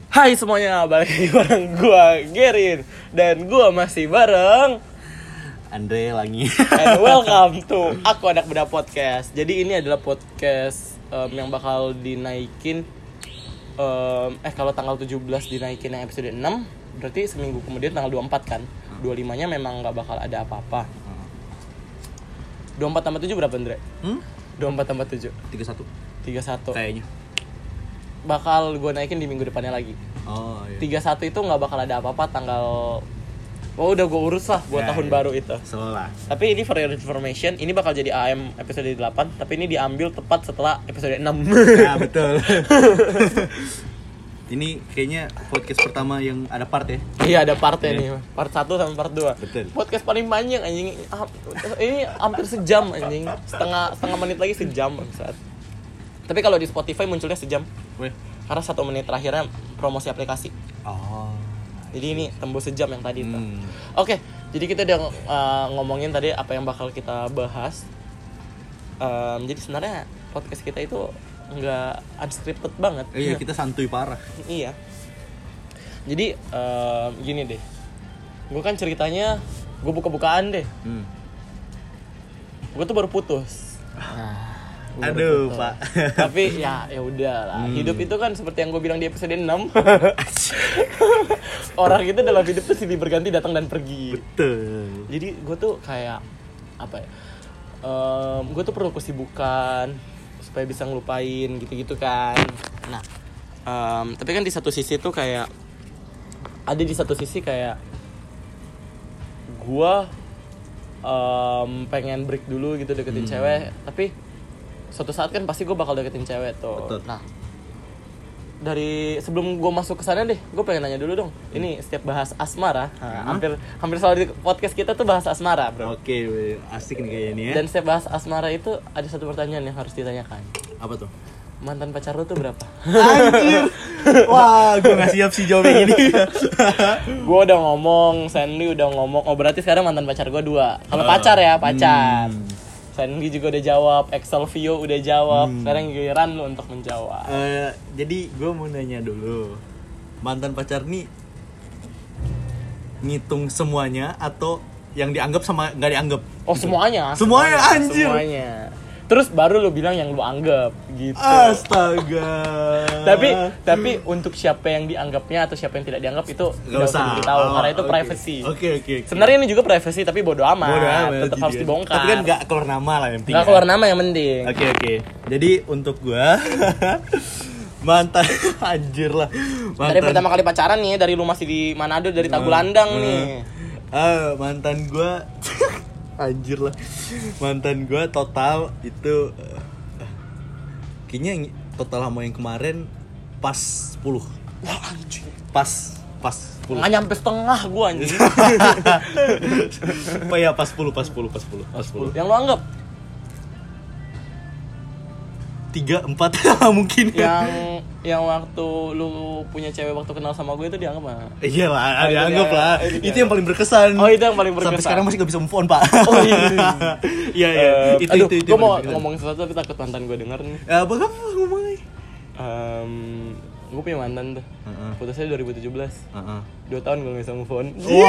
Hai semuanya, balik lagi bareng gue Gerin. Dan gue masih bareng Andre lagi. and welcome to Aku Anak Muda Podcast. Jadi ini adalah podcast yang bakal dinaikin kalau tanggal 17 dinaikin yang episode 6, berarti seminggu kemudian tanggal 24 kan. 25 nya memang gak bakal ada apa-apa. 24 tambah 7 berapa Andre? 24 tambah 7 31 kayaknya. Bakal gue naikin di minggu depannya lagi. Oh iya. 31 itu gak bakal ada apa-apa tanggal. Oh udah gue urus lah buat tahun baru itu. Setelah. Tapi ini for your information, ini bakal jadi AM episode 8, tapi ini diambil tepat setelah episode 6. Ya betul. Ini kayaknya podcast pertama yang ada part ya. Iya ada partnya nih, part 1 sama part 2. Betul. Podcast paling panjang anjing. Ini hampir sejam anjing. Setengah menit lagi sejam saat. Tapi kalau di Spotify munculnya sejam. Weh. Karena 1 menit terakhirnya promosi aplikasi. Oh. Jadi ini tembus sejam yang tadi itu. Oke, jadi kita udah ngomongin tadi apa yang bakal kita bahas. Jadi sebenarnya podcast kita itu nggak unscripted banget. Iya, kita santuy parah. Iya. Jadi gini deh, gue kan ceritanya gue buka-bukaan deh. Gue tuh baru putus. Gua baru Aduh, putus. Pak. Tapi ya udah lah. Hidup itu kan seperti yang gue bilang di episode 6. Orang itu dalam hidup tuh silih berganti, datang dan pergi. Betul. Jadi gue tuh kayak apa ya? Gue tuh perlu kesibukan supaya bisa ngelupain gitu-gitu kan. Nah, tapi kan di satu sisi tuh kayak gue pengen break dulu gitu deketin cewek, tapi suatu saat kan pasti gue bakal deketin cewek tuh. Betul. Nah, dari sebelum gue masuk ke sana deh, gue pengen nanya dulu dong. Ini setiap bahas asmara, hampir selalu di podcast kita tuh bahas asmara, bro. Oke, asik nih kayaknya nih ya. Dan setiap bahas asmara itu ada satu pertanyaan yang harus ditanyakan. Apa tuh? Mantan pacar lu tuh berapa? Anjir. Wah, gue gak siap sih jawab ini. Gue udah ngomong, Sandy udah ngomong. Oh berarti sekarang mantan pacar gue 2. Kalau pacar ya, pacar. Sandy juga udah jawab, Excelvio udah jawab. Sekarang giliran lu untuk menjawab. Jadi gue mau nanya dulu, mantan pacar nih ngitung semuanya atau yang dianggap sama nggak dianggap? Oh semuanya. Semuanya, anjir. Semuanya. Terus baru lu bilang yang lu anggap gitu. Astaga. Tapi untuk siapa yang dianggapnya atau siapa yang tidak dianggap itu Nggak tidak usah usah. diberitahu karena itu Oke. privacy. Oke. Sebenarnya ini juga privacy tapi bodo amat. Tetap jadi. harus dibongkar. Tapi kan nggak keluar nama lah yang penting. Nggak keluar nama yang penting. Oke. Jadi untuk gua mantan anjir lah. Dari pertama kali pacaran nih, dari lu masih di Manado, dari Tagulandang nih. Mantan gua anjir lah. Mantan gua total itu kayaknya total sama yang kemarin pas 10. Wah anjing. Pas 10. Nggak nyampe setengah gua anjing. Oh ya pas 10. Yang lu anggap 3, 4 mungkin. yang waktu lu punya cewek waktu kenal sama gue itu dianggap mah. Iya lah, Oh, dianggap iya, lah. iya. Itu yang paling berkesan. Oh, itu yang paling berkesan. Sampai sekarang masih gak bisa move on, Pak. Oh iya. Iya. Itu Gue mau paling berkesan. ngomongin sesuatu tapi takut mantan gue denger nih. Apa kamu ngomongin? Gue punya mantan tuh. Putusnya 2017. 2 tahun gue gak bisa move on.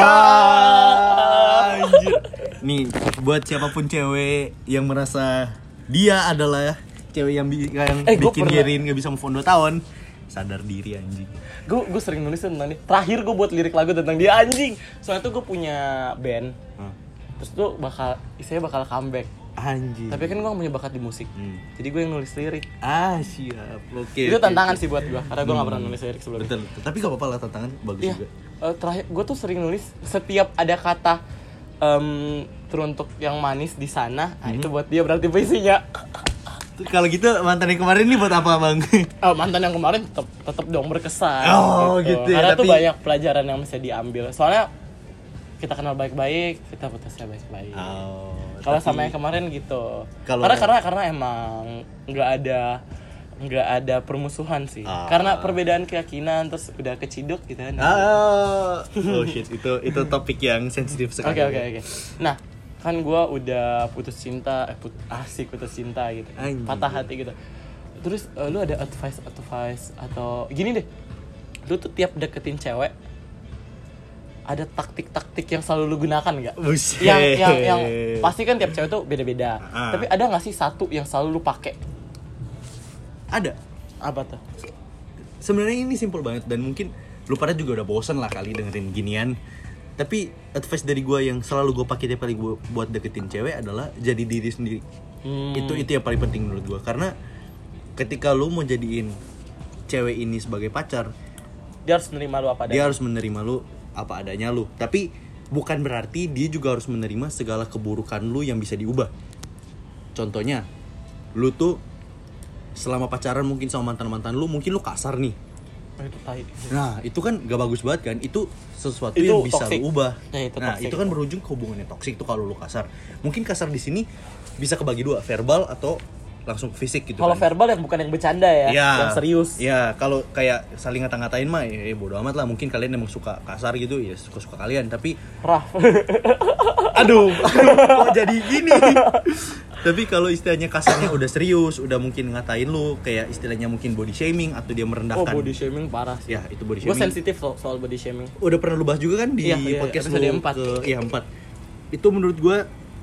Wah, anjir. Nih, buat siapapun cewek yang merasa dia adalah cewek yang bikin Gerin gak bisa move on 2 tahun, sadar diri anjing. Gue sering nulis tentang dia. Terakhir gue buat lirik lagu tentang dia anjing. Soalnya tuh gue punya band. Terus tuh bakal comeback. Anjing. Tapi kan gue gak punya bakat di musik. Jadi gue yang nulis lirik. Siap. Oke. Itu tantangan sih buat gue karena gue gak pernah nulis lirik sebelumnya. Betul. Tapi gak apa-apa lah, tantangan bagus Iya. juga. Terakhir gue tuh sering nulis setiap ada kata teruntuk yang manis di sana. Nah, itu buat dia berarti puisinya. Kalau gitu mantan yang kemarin ini buat apa, Bang? Mantan yang kemarin tetap dong berkesan. Oh, gitu ya, Karena tuh tapi- banyak pelajaran yang bisa diambil. Soalnya kita kenal baik-baik, kita putusnya baik-baik. Kalau sama yang kemarin gitu. Karena emang nggak ada permusuhan sih. Karena perbedaan keyakinan terus udah keciduk gitu kan. Oh shit, itu topik yang sensitif sekali. Oke. Nah, kan gue udah putus cinta gitu. Anjir. Patah hati gitu. Terus lu ada advice atau gini deh, lu tuh tiap deketin cewek ada taktik-taktik yang selalu lu gunakan nggak? Yang pasti kan tiap cewek tuh beda-beda. Tapi ada nggak sih satu yang selalu lu pakai? Ada. Apa tuh? Sebenarnya ini simple banget dan mungkin lu pada juga udah bosan lah kali dengerin ginian. Tapi advice dari gue yang selalu gue pakai tiap kali gue buat deketin cewek adalah jadi diri sendiri. Itu yang paling penting menurut gue. Karena ketika lu mau jadiin cewek ini sebagai pacar, dia harus menerima lu apa adanya. Dia harus menerima lu apa adanya lu. Tapi bukan berarti dia juga harus menerima segala keburukan lu yang bisa diubah. Contohnya, lu tuh selama pacaran mungkin sama mantan-mantan lu, mungkin lu kasar nih. Itu tai. Nah, itu kan gak bagus banget kan? Itu sesuatu yang bisa toxic. lu ubah. Nah, itu kan berujung ke hubungannya toksik tuh kalau lu kasar. Mungkin kasar di sini bisa kebagi dua, verbal atau langsung fisik gitu. Kalau kan. verbal yang bukan yang bercanda ya, yang serius. Ya, kalau kayak saling ngata-ngatain mah ya bodo amat lah. Mungkin kalian emang suka kasar gitu, ya suka-suka kalian, tapi aduh, kok jadi gini? Tapi kalau istilahnya kasarnya udah serius, udah mungkin ngatain lu, kayak istilahnya mungkin body shaming atau dia merendahkan. Oh, body shaming parah sih. Ya, itu body shaming. Gue sensitif soal body shaming. Udah pernah lu bahas juga kan di podcast lu 4. Iya, 4. Itu menurut gue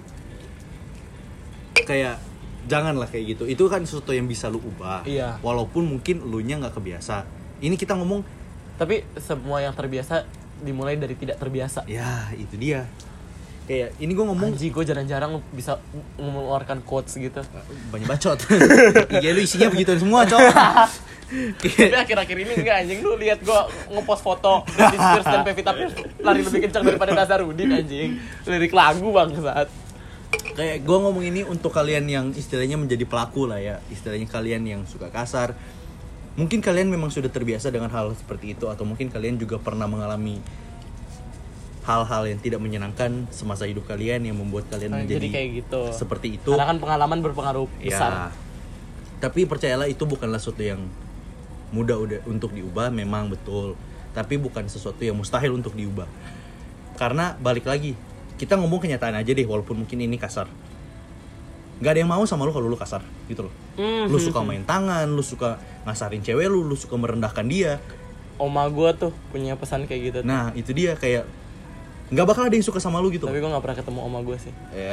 kayak janganlah kayak gitu. Itu kan sesuatu yang bisa lu ubah. Iya. Walaupun mungkin lu nya enggak kebiasa. Ini kita ngomong, tapi semua yang terbiasa dimulai dari tidak terbiasa. Ya, itu dia. Kayak ini gue ngomong, anjing, gue jarang-jarang bisa mengeluarkan quotes gitu. Banyak bacot. Iya, lu isinya begitu semua, Cok. Tapi akhir-akhir ini enggak, anjing. Lu lihat gue ngepost foto Britney Spears dan Pevita Pierce lari lebih kencang daripada Nazarudin, anjing. Lirik lagu bangsat. Kayak gue ngomong ini untuk kalian yang istilahnya menjadi pelaku lah ya. Istilahnya kalian yang suka kasar. Mungkin kalian memang sudah terbiasa dengan hal seperti itu, atau mungkin kalian juga pernah mengalami hal-hal yang tidak menyenangkan semasa hidup kalian yang membuat kalian menjadi kayak gitu. Seperti itu. Karena kan pengalaman berpengaruh besar. Ya, tapi percayalah itu bukanlah sesuatu yang mudah untuk diubah, memang betul. Tapi bukan sesuatu yang mustahil untuk diubah. Karena balik lagi, kita ngomong kenyataan aja deh, walaupun mungkin ini kasar. Gak ada yang mau sama lu kalau lu kasar gitu loh. Lu suka main tangan, lu suka ngasarin cewek lu suka merendahkan dia. Oma gue tuh punya pesan kayak gitu. Nah, itu dia, kayak nggak bakal ada yang suka sama lu gitu. Tapi gue nggak pernah ketemu oma gue sih.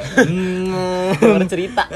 Dengar cerita.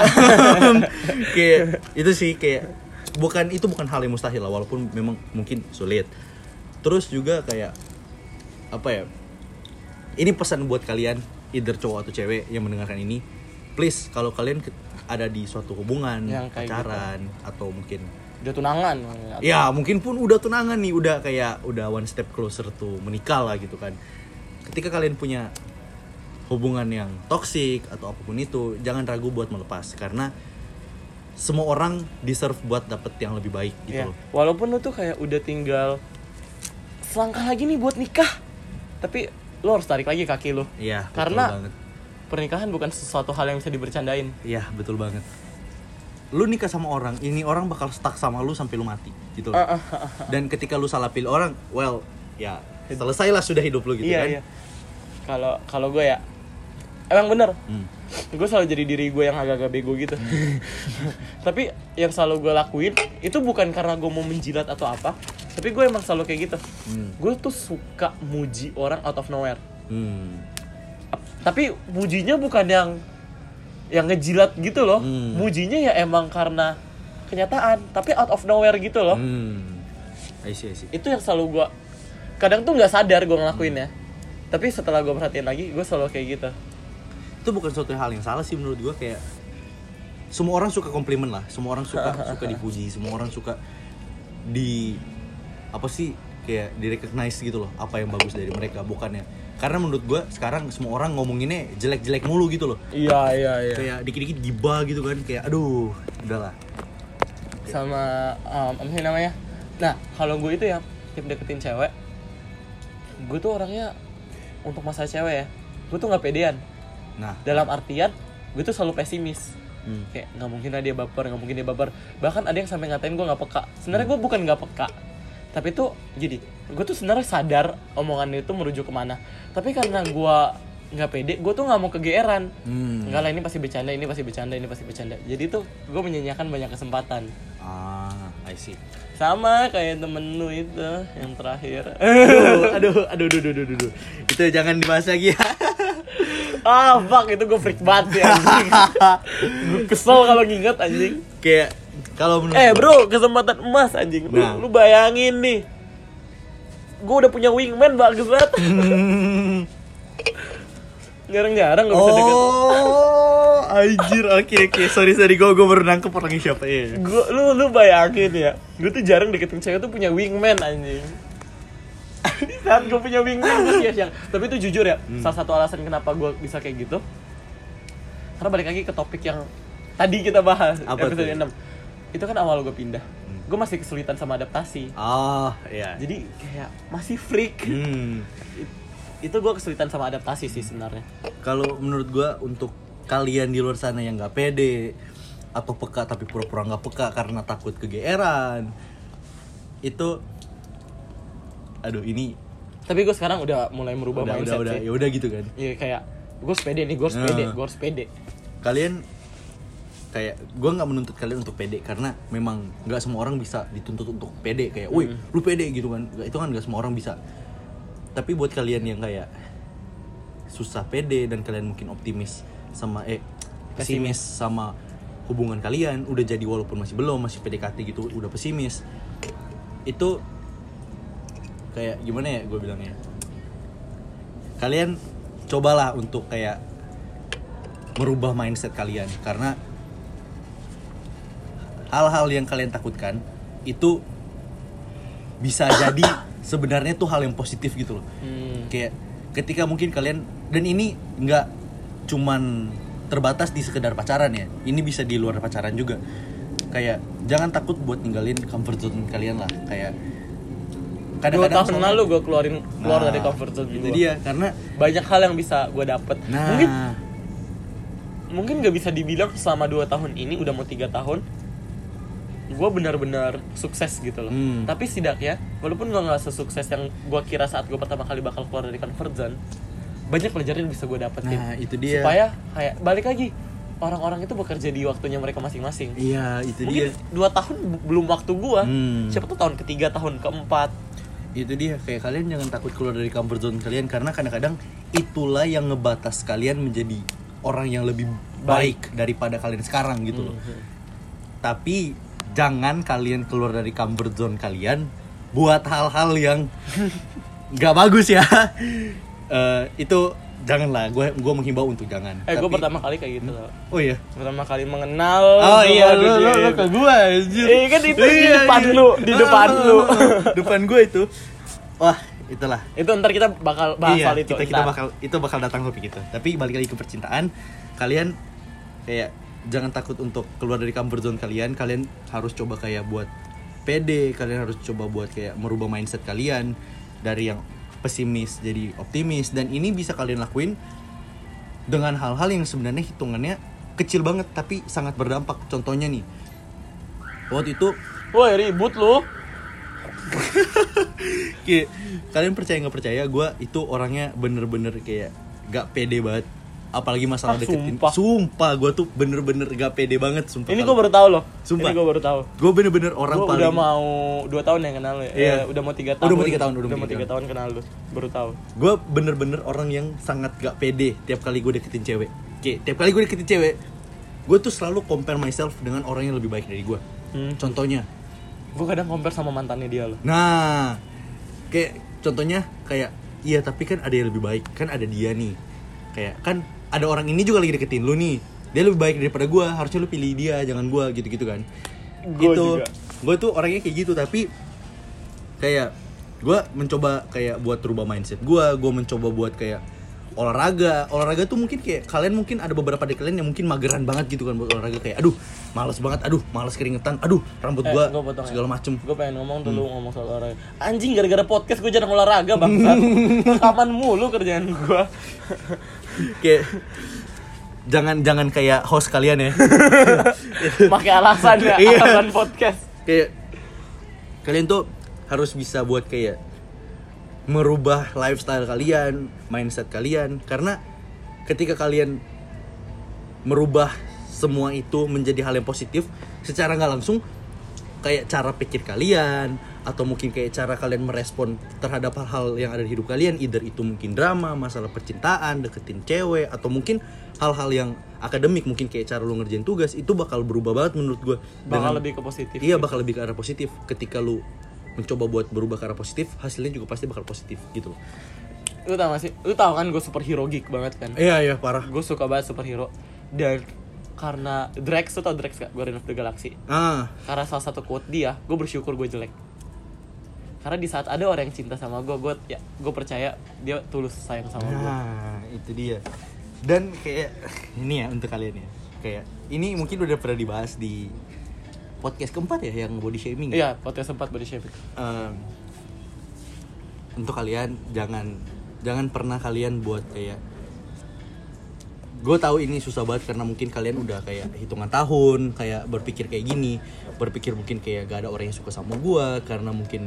Kayak itu sih, kayak itu bukan hal yang mustahil lah, walaupun memang mungkin sulit. Terus juga kayak apa ya? Ini pesan buat kalian, either cowok atau cewek yang mendengarkan ini, please kalau kalian ada di suatu hubungan, pacaran gitu, atau mungkin udah tunangan. Ya mungkin pun udah tunangan nih, udah one step closer to menikah lah gitu kan. Ketika kalian punya hubungan yang toksik atau apapun itu, jangan ragu buat melepas, karena semua orang deserve buat dapet yang lebih baik gitu loh. Walaupun lu tuh kayak udah tinggal selangkah lagi nih buat nikah, tapi lu harus tarik lagi kaki lu. Iya, karena banget. Pernikahan bukan sesuatu hal yang bisa dibercandain. Iya, betul banget. Lu nikah sama orang, ini orang bakal stuck sama lu sampai lu mati gitu loh. Dan ketika lu salah pilih orang, well, ya selesailah sudah hidup lu gitu kan. Iya. Kalau gue ya emang bener. Gue selalu jadi diri gue yang agak-agak bego gitu. Tapi yang selalu gue lakuin itu bukan karena gue mau menjilat atau apa, tapi gue emang selalu kayak gitu. Gue tuh suka muji orang out of nowhere. Tapi mujinya bukan yang ngejilat gitu loh. Mujinya ya emang karena kenyataan, tapi out of nowhere gitu loh. I see. Itu yang selalu gue, kadang tuh nggak sadar gue ngelakuinnya, tapi setelah gue perhatiin lagi, gue selalu kayak gitu. Itu bukan suatu hal yang salah sih menurut gue. Kayak semua orang suka komplimen lah, semua orang suka dipuji, semua orang suka kayak di-recognize gitu loh, apa yang bagus dari mereka. Bukannya karena menurut gue sekarang semua orang ngomonginnya jelek-jelek mulu gitu loh. Iya. Kayak dikit-dikit gibah gitu kan, kayak aduh, udahlah. Sama apa sih namanya? Nah, kalau gue itu ya tiap deketin cewek, gue tuh orangnya untuk masalah cewek ya, gue tuh nggak pedean. Nah, dalam artian gue tuh selalu pesimis. Kayak nggak mungkin dia baper. Bahkan ada yang sampai ngatain gue nggak peka. Sebenarnya gue bukan nggak peka, tapi tuh jadi gue tuh sebenarnya sadar omongan itu merujuk kemana. Tapi karena gue nggak pede, gue tuh nggak mau kegeeran. Nggak lah, ini pasti bercanda. Jadi tuh gue menyanyiakan banyak kesempatan. I see. Sama kayak temen lu itu yang terakhir. Aduh. Itu jangan dibahas lagi ya. Fuck, itu gue freak banget ya anjing. Gue kesel kalau nginget anjing. Kayak kalau menurut bro, kesempatan emas anjing. Lu bayangin nih, gue udah punya wingman bagus banget. Jarang-jarang gak bisa deket. Anjir, oke. Sorry, gue baru nangkep orangnya siapa ya. Lu bayangin ya, gue tuh jarang deketin cewek tuh punya wingman anjing. Di saat gue punya wingman gue siang. Tapi itu jujur ya, salah satu alasan kenapa gue bisa kayak gitu, karena balik lagi ke topik yang tadi kita bahas episode 6. Itu kan awal gue pindah, gue masih kesulitan sama adaptasi. Iya. Jadi kayak masih freak. Itu gue kesulitan sama adaptasi sih sebenarnya. Kalau menurut gue, untuk kalian di luar sana yang nggak pede atau peka tapi pura-pura nggak peka karena takut kegeeran, itu ini. Tapi gue sekarang udah mulai merubah mindset sih. Ya udah gitu kan. Iya, kayak gue harus pede nih, gue harus pede. Kalian kayak, gue nggak menuntut kalian untuk pede, karena memang nggak semua orang bisa dituntut untuk pede. Kayak, woi, lu pede gitu kan? Itu kan nggak semua orang bisa. Tapi buat kalian yang kayak susah pede dan kalian mungkin optimis sama pesimis sama hubungan kalian, udah jadi walaupun masih PDKT gitu, udah pesimis, itu kayak gimana ya gue bilangnya, kalian cobalah untuk kayak merubah mindset kalian, karena hal-hal yang kalian takutkan itu bisa jadi sebenarnya tuh hal yang positif gitu loh. Kayak ketika mungkin kalian, dan ini nggak cuman terbatas di sekedar pacaran ya, ini bisa di luar pacaran juga. Kayak jangan takut buat ninggalin comfort zone kalian lah. Kayak kadang-kadang 2 tahun lalu gue keluar dari comfort zone itu dia, karena banyak hal yang bisa gue dapet. Mungkin gak bisa dibilang selama 2 tahun ini, udah mau 3 tahun gue benar-benar sukses gitu loh. Tapi setidaknya walaupun gue gak sesukses yang gue kira saat gue pertama kali bakal keluar dari comfort zone, banyak pelajaran yang bisa gue dapetin. Itu dia. Supaya kayak balik lagi, orang-orang itu bekerja di waktunya mereka masing-masing. Iya, itu mungkin dia. 2 tahun belum waktu gue. Siapa tuh tahun ketiga, tahun keempat. Itu dia, kayak kalian jangan takut keluar dari comfort zone kalian, karena kadang-kadang itulah yang ngebatas kalian menjadi orang yang lebih baik daripada kalian sekarang gitu loh. Tapi jangan kalian keluar dari comfort zone kalian buat hal-hal yang nggak bagus ya. Itu janganlah, gue menghimbau untuk jangan. Gue pertama kali kayak gitu loh. Oh iya, pertama kali mengenal. Oh iya, lo ke gue anjir. Kan itu di depan lu, depan gue itu. Wah, itulah. Itu ntar kita bakal bahas hal itu. Kita bakal datang topik itu. Tapi balik lagi ke percintaan, kalian kayak jangan takut untuk keluar dari comfort zone kalian. Kalian harus coba kayak buat pede, kalian harus coba buat kayak merubah mindset kalian dari yang pesimis jadi optimis, dan ini bisa kalian lakuin dengan hal-hal yang sebenarnya hitungannya kecil banget tapi sangat berdampak. Contohnya nih, waktu itu, woi ribut lu. Kayak, kalian percaya nggak percaya, gue itu orangnya bener-bener kayak gak pede banget, apalagi masalah deketin. Sumpah gue tuh bener-bener gak pede banget, sumpah. Ini gue baru tahu loh. Sumpah. Ini gue baru tahu. Gue bener-bener orang gua paling. Udah mau 2 tahun yang kenal lu ya. Iya. Udah mau 3 tahun. Udah mau 3 tahun kenal lu. Baru tahu. Gue bener-bener orang yang sangat gak pede tiap kali gue deketin cewek. Kayak tiap kali gue deketin cewek, gue tuh selalu compare myself dengan orang yang lebih baik dari gue. Contohnya, gue kadang compare sama mantannya dia loh. Nah, kayak contohnya kayak, iya tapi kan ada yang lebih baik, kan ada dia nih. Kayak kan ada orang ini juga lagi deketin lu nih, dia lebih baik daripada gue, harusnya lu pilih dia, jangan gue, gitu-gitu kan. Gue tuh orangnya kayak gitu. Tapi kayak gue mencoba kayak buat rubah mindset gue mencoba buat kayak olahraga tuh. Mungkin kayak kalian mungkin ada beberapa dari kalian yang mungkin mageran banget gitu kan buat olahraga, kayak aduh malas banget, aduh malas keringetan, aduh rambut gue segala macem. Gue pengen ngomong tuh, lu ngomong soal olahraga, anjing gara-gara podcast gue jarang olahraga bangsat. Kapan mulu kerjaan gue. Kayak jangan kayak host kalian ya. Pakai alasan ya, alasan podcast. Kayak kalian tuh harus bisa buat kayak merubah lifestyle kalian, mindset kalian. Karena ketika kalian merubah semua itu menjadi hal yang positif, secara nggak langsung kayak cara pikir kalian, atau mungkin kayak cara kalian merespon terhadap hal-hal yang ada di hidup kalian, either itu mungkin drama, masalah percintaan, deketin cewek, atau mungkin hal-hal yang akademik, mungkin kayak cara lu ngerjain tugas, itu bakal berubah banget menurut gue. Bakal lebih ke positif. Iya, bakal lebih ke arah positif. Ketika lu mencoba buat berubah ke arah positif, hasilnya juga pasti bakal positif gitu. Lu tau gak sih? Lu tau kan gue superhero geek banget kan? Iya parah. Gue suka banget superhero. Dan karena Drax, lu tau Drax gak? Guardian of the Galaxy. Karena salah satu quote dia, gue bersyukur gue jelek. Karena di saat ada orang yang cinta sama gue percaya dia tulus sayang sama gue. Nah, itu dia. Dan kayak ini ya untuk kalian ya, kayak ini mungkin udah pernah dibahas di podcast keempat ya, yang body shaming. Iya, podcast keempat body shaming. Untuk kalian jangan pernah kalian buat kayak, gue tahu ini susah banget karena mungkin kalian udah kayak hitungan tahun kayak berpikir kayak gini, berpikir mungkin kayak gak ada orang yang suka sama gue karena mungkin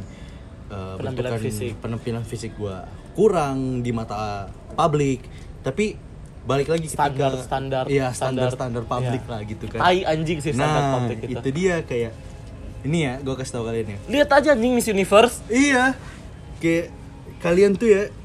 penampilan fisik gue kurang di mata publik. Tapi balik lagi standar publik lah gitu kan. Tai anjing sih standar publik itu. Itu dia kayak ini ya, gue kasih tau kalian ya. Lihat aja anjing Miss Universe. Iya. Kayak kalian tuh ya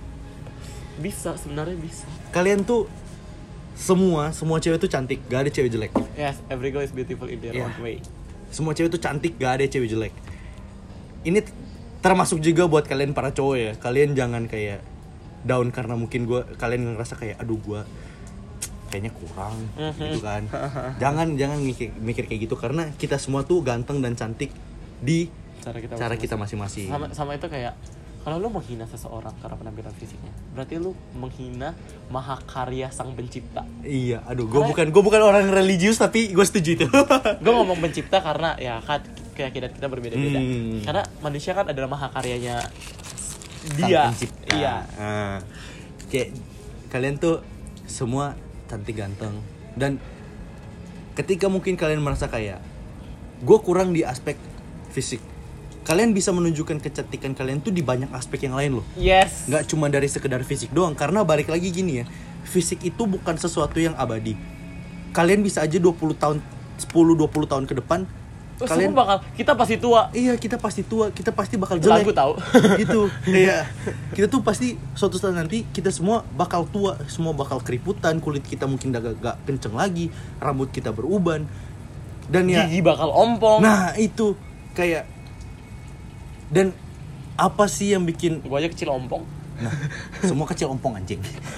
sebenarnya bisa. Kalian tuh semua cewek tuh cantik, gak ada cewek jelek. Yes, every girl is beautiful in their own way. Semua cewek tuh cantik, gak ada cewek jelek. Ini termasuk juga buat kalian para cowok ya. Kalian jangan kayak down karena mungkin kalian ngerasa kayak aduh gue kayaknya kurang gitu kan. Jangan mikir kayak gitu, karena kita semua tuh ganteng dan cantik di cara kita masing-masing. Sama itu kayak kalau lu menghina seseorang karena penampilan fisiknya, berarti lu menghina mahakarya sang pencipta. Iya, aduh, gue bukan orang religius tapi gue setuju itu. Gue ngomong pencipta karena ya kan keyakinan kita berbeda-beda. Karena manusia kan adalah mahakaryanya dia. Sang pencipta. Iya. Kayak kalian tuh semua cantik ganteng, dan ketika mungkin kalian merasa kayak gue kurang di aspek fisik, kalian bisa menunjukkan kecantikan kalian tuh di banyak aspek yang lain loh. Yes. Nggak cuma dari sekedar fisik doang. Karena balik lagi gini ya, fisik itu bukan sesuatu yang abadi. Kalian bisa aja 10-20 tahun ke depan kalian kita pasti tua. Iya, kita pasti tua, kita pasti bakal jelek. Lagu tahu. Gitu. Kayak kita tuh pasti suatu saat nanti kita semua bakal tua, semua bakal keriputan, kulit kita mungkin udah gak kenceng lagi, rambut kita beruban, dan ya gigi bakal ompong. Nah, itu kayak, dan apa sih yang bikin gua aja kecil ompong? Nah, semua kecil ompong anjing.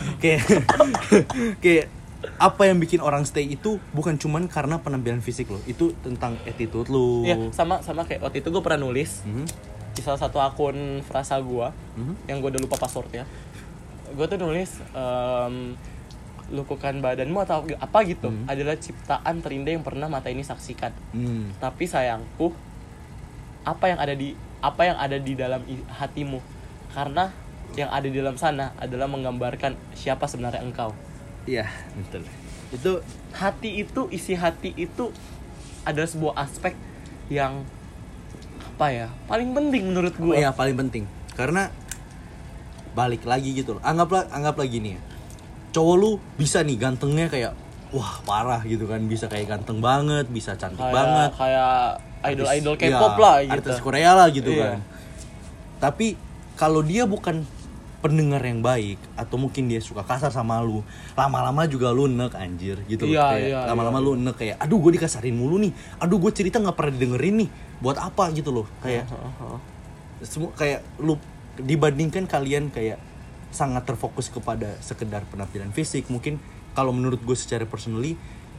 Kayak apa yang bikin orang stay itu bukan cuman karena penampilan fisik lo, itu tentang attitude lo. Iya, sama kayak waktu itu gue pernah nulis di salah satu akun frasa gue yang gue udah lupa passwordnya. Gue tuh nulis lukukan badanmu atau apa gitu adalah ciptaan terindah yang pernah mata ini saksikan. Tapi sayangku, apa yang ada di dalam hatimu, karena yang ada di dalam sana adalah menggambarkan siapa sebenarnya engkau. Iya, betul. Itu isi hati itu adalah sebuah aspek yang paling penting menurut gue. Iya, paling penting. Karena balik lagi gitu loh. Anggaplah gini ya. Cowok lu bisa nih gantengnya kayak wah parah gitu kan, bisa kayak ganteng banget, bisa cantik banget. Kayak idol K-pop lah gitu. Artis Korea lah gitu kan. Tapi kalau dia bukan pendengar yang baik, atau mungkin dia suka kasar sama lu, lama-lama juga lu nek anjir gitu loh. Lama-lama lu nek kayak aduh gue dikasarin mulu nih, aduh gue cerita nggak pernah didengerin nih, buat apa gitu loh. Kayak semua kayak lu, dibandingkan kalian kayak sangat terfokus kepada sekedar penampilan fisik. Mungkin kalau menurut gue secara personally,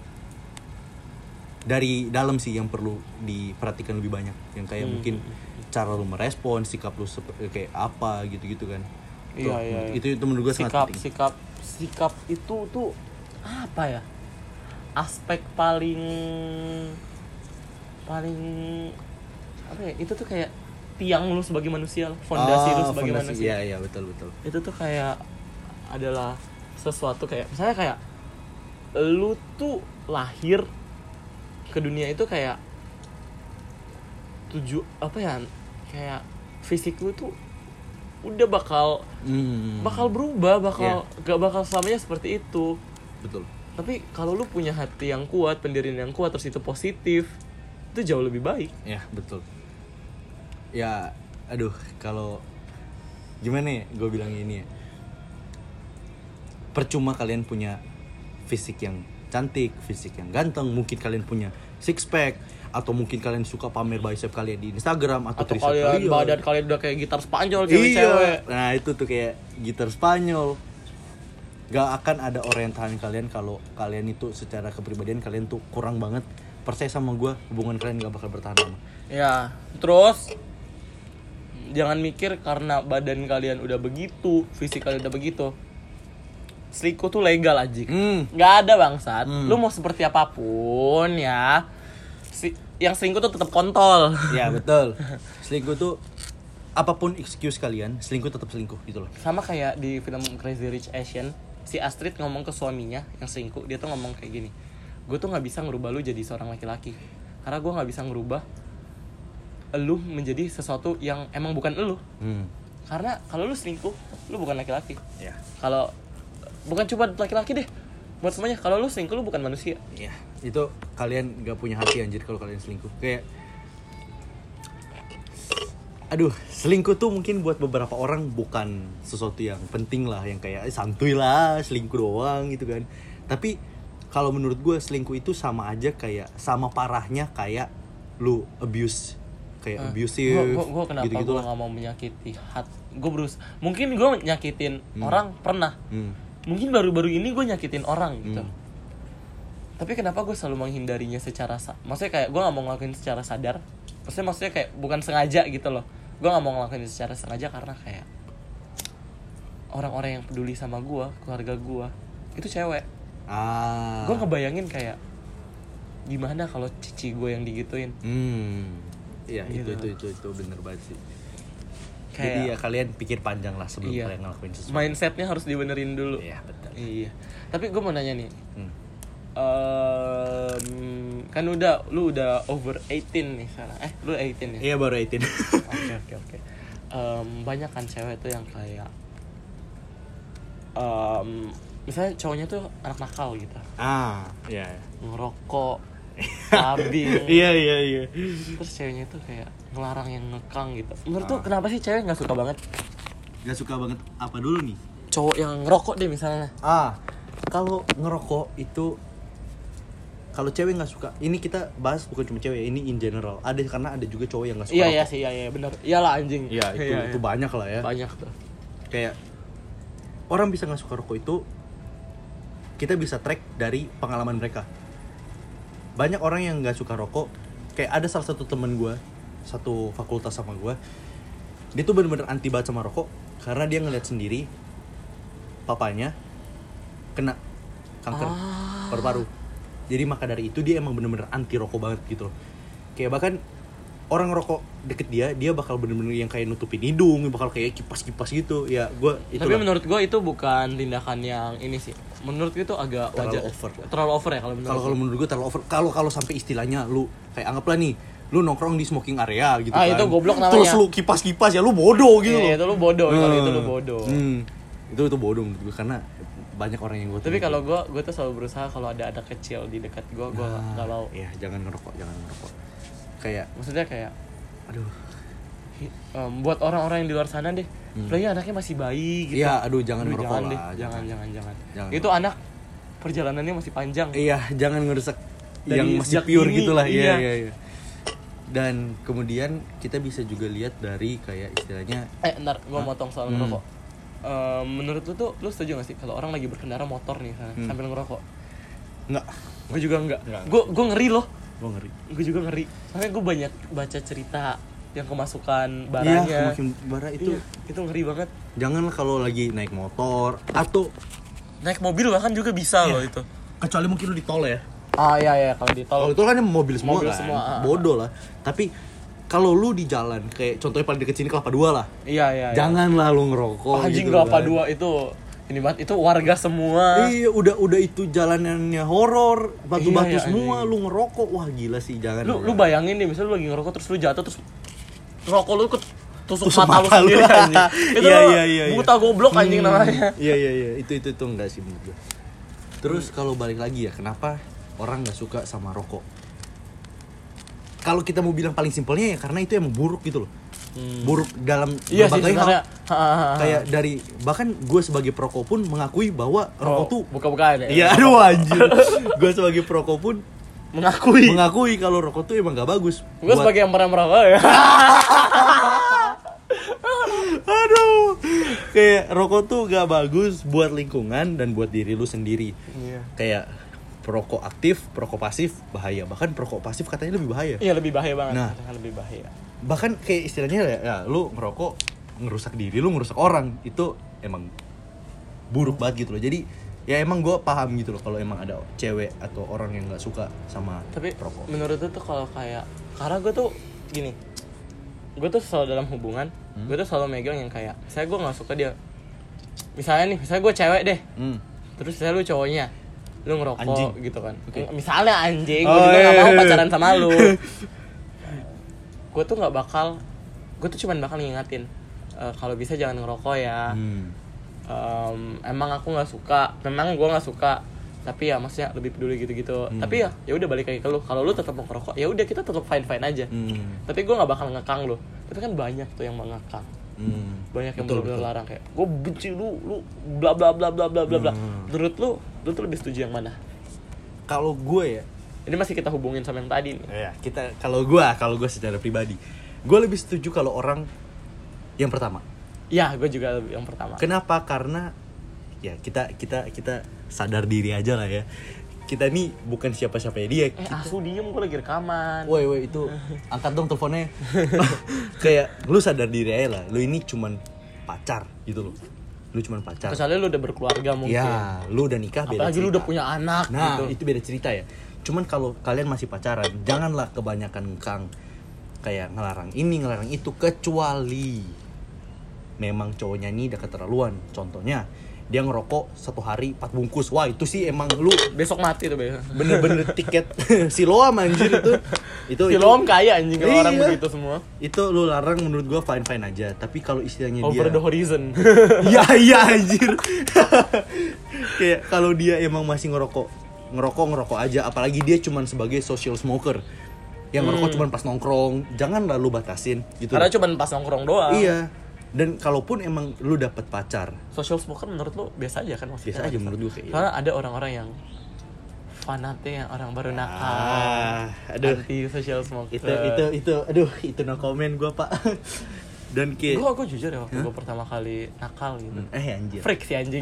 dari dalam sih yang perlu diperhatikan lebih banyak, yang kayak mungkin cara lu merespon, sikap lu kayak apa gitu-gitu kan. Iya. Itu menurut gue sangat penting. Sikap itu tuh apa ya? Aspek paling apa ya? Itu tuh kayak tiang lu sebagai manusia, fondasi lu sebagai manusia. Iya, betul. Itu tuh kayak adalah sesuatu kayak misalnya kayak lu tuh lahir ke dunia itu kayak kayak fisik lu tuh udah bakal berubah, gak bakal selamanya seperti itu. Betul. Tapi kalau lu punya hati yang kuat, pendirian yang kuat, terus itu positif, itu jauh lebih baik. Ya betul. Ya aduh, kalau gimana ya gue bilang ini ya, percuma kalian punya fisik yang cantik, fisik yang ganteng, mungkin kalian punya six pack, atau mungkin kalian suka pamer bicep kalian di Instagram, atau kalian badan kalian udah kayak gitar Spanyol cewek-cewek. Nah itu tuh kayak gitar Spanyol. Gak akan ada orientasi kalian kalau kalian itu secara kepribadian kalian tuh kurang banget. Percaya sama gue, hubungan kalian gak bakal bertahan lama. Ya, terus jangan mikir karena badan kalian udah begitu, fisik kalian udah begitu, selingkuh tuh legal aja. Gak ada bangsat. Lu mau seperti apapun ya, yang selingkuh tuh tetap kontol. Ya betul. Selingkuh tuh apapun excuse kalian, selingkuh tetap selingkuh gitu loh. Sama kayak di film Crazy Rich Asian, si Astrid ngomong ke suaminya yang selingkuh, dia tuh ngomong kayak gini, gue tuh nggak bisa ngerubah lu jadi seorang laki-laki, karena gue nggak bisa ngerubah lu menjadi sesuatu yang emang bukan lu. Karena kalau lu selingkuh, lu bukan laki-laki. Ya. Kalau bukan cuma laki-laki deh, buat semuanya, kalau lu selingkuh lu bukan manusia. Ya, itu kalian gak punya hati anjir kalau kalian selingkuh. Kayak aduh, selingkuh tuh mungkin buat beberapa orang bukan sesuatu yang penting lah, yang kayak santuy lah, selingkuh doang gitu kan. Tapi kalau menurut gue selingkuh itu sama aja kayak, sama parahnya kayak lu abuse, kayak abusive. Gue kenapa gue gak mau menyakiti hati. Gue mungkin gue nyakitin orang pernah. Mungkin baru-baru ini gue nyakitin orang gitu. Tapi kenapa gue selalu menghindarinya secara maksudnya kayak gue gak mau ngelakuin secara sadar. Maksudnya kayak bukan sengaja gitu loh. Gue gak mau ngelakuin secara sengaja karena kayak orang-orang yang peduli sama gue, keluarga gue, itu cewek. Gue ngebayangin kayak gimana kalau cici gue yang digituin. Iya gitu. itu bener banget sih. Kayak, jadi ya kalian pikir panjang lah sebelum kalian ngelakuin sesuatu. Mindsetnya harus dibenerin dulu. Iya betul. Iya. Tapi gue mau nanya nih. Kan lu udah over 18 nih sekarang. Lu 18 ya? Iya baru 18. Oke. Banyak kan cewek tuh yang kayak misalnya cowoknya tuh anak nakal gitu. Iya. Ngerokok, labing. Iya. Terus ceweknya tuh kayak ngelarang yang ngekang gitu. Menurut tuh kenapa sih cewek enggak suka banget? Gak suka banget apa dulu nih? Cowok yang ngerokok deh misalnya. Kalau ngerokok itu, kalau cewek nggak suka, ini kita bahas bukan cuma cewek, ini in general. Karena ada juga cowok yang nggak suka rokok. Iya benar. Iyalah anjing. Iya itu banyak lah ya. Banyak tuh. Kayak orang bisa nggak suka rokok itu, kita bisa track dari pengalaman mereka. Banyak orang yang nggak suka rokok, kayak ada salah satu teman gue, satu fakultas sama gue, dia tuh bener-bener anti banget sama rokok karena dia ngeliat sendiri papanya kena kanker paru-paru. Jadi maka dari itu dia emang bener-bener anti rokok banget gitu loh. Kayak bahkan orang rokok deket dia bakal bener-bener yang kayak nutupin hidung, bakal kayak kipas-kipas gitu. Ya gue itu. Tapi menurut gue itu bukan tindakan yang ini sih. Menurut gue itu agak wajar. Terlalu over ya kalau menurut. Kalau menurut gue terlalu over. Kalau sampai istilahnya lu kayak anggaplah nih, lu nongkrong di smoking area gitu kan. Itu goblok namanya. Terus lu kipas-kipas ya lu bodoh gitu loh. Iya, itu lu bodoh. Kalau itu lu bodoh. Itu bodoh menurut gue karena banyak orang yang gue. Tapi kalau gue tuh selalu berusaha kalau ada anak kecil di dekat gue nggak mau. Iya, jangan ngerokok. Kayak maksudnya kayak aduh, buat orang-orang yang di luar sana deh, apalagi anaknya masih bayi gitu. Iya, jangan ngerokok lah. Jangan. Itu anak perjalanannya masih panjang. Iya, jangan ngerusak yang masih pure gitulah. Iya. Dan kemudian kita bisa juga lihat dari kayak istilahnya. Ntar gue motong soal ngerokok. Menurut lu tuh, lu setuju gak sih kalau orang lagi berkendara motor nih sambil ngerokok? Enggak. Gue juga enggak. Gue ngeri loh. Gue juga ngeri. Soalnya gue banyak baca cerita yang kemasukan baranya. Iya, kemasukan bara itu. Iya, itu ngeri banget. Janganlah kalau lagi naik motor atau naik mobil bahkan juga bisa loh itu. Kecuali mungkin lu di tol ya. Iya, kalau di tol. Kalau itu kan mobil semua kan. Bodoh lah. Tapi kalau lu di jalan, kayak contohnya paling deket sini Kelapa 2 lah. Iya. Janganlah lu ngerokok. Anjing gitu, Kelapa 2 itu ini banget, itu warga semua. Iya, udah itu jalanannya horor, batu-batu semua, lu ngerokok. Wah, gila sih, jangan. Lu bayangin deh, misalnya lu lagi ngerokok terus lu jatuh terus rokok lu tusuk mata lu sendiri anjing. Itu iya. Buta goblok anjing namanya. Iya, itu enggak sih menurut gue. Terus kalau balik lagi ya, kenapa orang enggak suka sama rokok? kalau kita mau bilang paling simpelnya ya karena itu emang buruk gitu loh. Buruk dalam berbagai hal. Kayak dari bahkan gue sebagai perokok pun mengakui bahwa rokok tuh buka-bukaan ya. Iya, aduh anjir. Gue sebagai perokok pun mengakui kalau rokok tuh emang gak bagus. Gue sebagai yang pernah merokok ya. Aduh. Kayak rokok tuh gak bagus buat lingkungan dan buat diri lu sendiri. Iya. Kayak perokok aktif, perokok pasif bahaya. Bahkan perokok pasif katanya lebih bahaya. Iya, lebih bahaya banget. Nah, lebih bahaya. Bahkan kayak istilahnya ya lu ngerokok ngerusak diri lu, ngerusak orang. Itu emang buruk banget gitu loh. Jadi ya emang gue paham gitu loh kalau emang ada cewek atau orang yang nggak suka sama perokok. Tapi menurut tuh kalau kayak karena gue tuh gini, gue tuh selalu dalam hubungan, gue tuh selalu megang yang kayak saya gue nggak suka dia. Misalnya gue cewek deh, terus saya lu cowoknya, lu ngerokok anjing. Gitu kan. Okay. Misalnya anjing, gue juga nggak mau pacaran sama lu. Gue tuh nggak bakal, gue tuh cuman bakal ngingatin kalau bisa jangan ngerokok ya. Emang aku nggak suka, memang gue nggak suka, tapi ya maksudnya lebih peduli gitu-gitu. Tapi ya udah balik lagi ke lu, kalau lu tetap mau ngerokok ya udah kita tetap fine aja. Tapi gue nggak bakal ngekang lu. Tapi kan banyak tuh yang mengekang, banyak yang betul-betul larang kayak gue benci lu bla bla bla bla bla bla. Menurut lu tuh lebih setuju yang mana? Kalau gue ya, ini masih kita hubungin sama yang tadi nih. Ya, kalau gue secara pribadi, gue lebih setuju kalau orang yang pertama. Ya, gue juga yang pertama. Kenapa? Karena ya kita sadar diri aja lah ya. Kita nih bukan siapa-siapanya dia. Asu diem, gue lagi rekaman. Woi itu angkat dong teleponnya. Kayak lu sadar diri aja lah. Lu ini cuman pacar gitu loh. Lu cuman pacar. Kecuali lu udah berkeluarga mungkin. Ya, lu udah nikah beda. Apalagi cerita. Lu udah punya anak. Nah, gitu. Itu beda cerita ya. Cuman kalau kalian masih pacaran, janganlah kebanyakan ngekang kayak ngelarang ini, ngelarang itu, kecuali memang cowoknya ini udah keterlaluan. Contohnya dia ngerokok 1 hari 4 bungkus. Wah, itu sih emang lu besok mati tuh bener-bener tiket siloam anjir itu siloam kaya anjing kalau orang begitu semua. Itu lu larang menurut gua fine aja. Tapi kalau istilahnya over the horizon. Iya anjir. Kayak kalau dia emang masih ngerokok aja, apalagi dia cuman sebagai social smoker yang ngerokok cuman pas nongkrong, jangan lalu batasin gitu. Karena cuman pas nongkrong doang. Iya. Dan kalaupun emang lu dapet pacar, social smoker menurut lu biasa aja kan maksudnya? Biasa aja menurut gue kayak. Karena ada orang-orang yang fanatik, yang orang baru nakal. Anti social smoker. Itu no comment gue, Pak. Dan kayak gue jujur ya waktu gue pertama kali nakal gitu. Anjir. Freak sih anjing.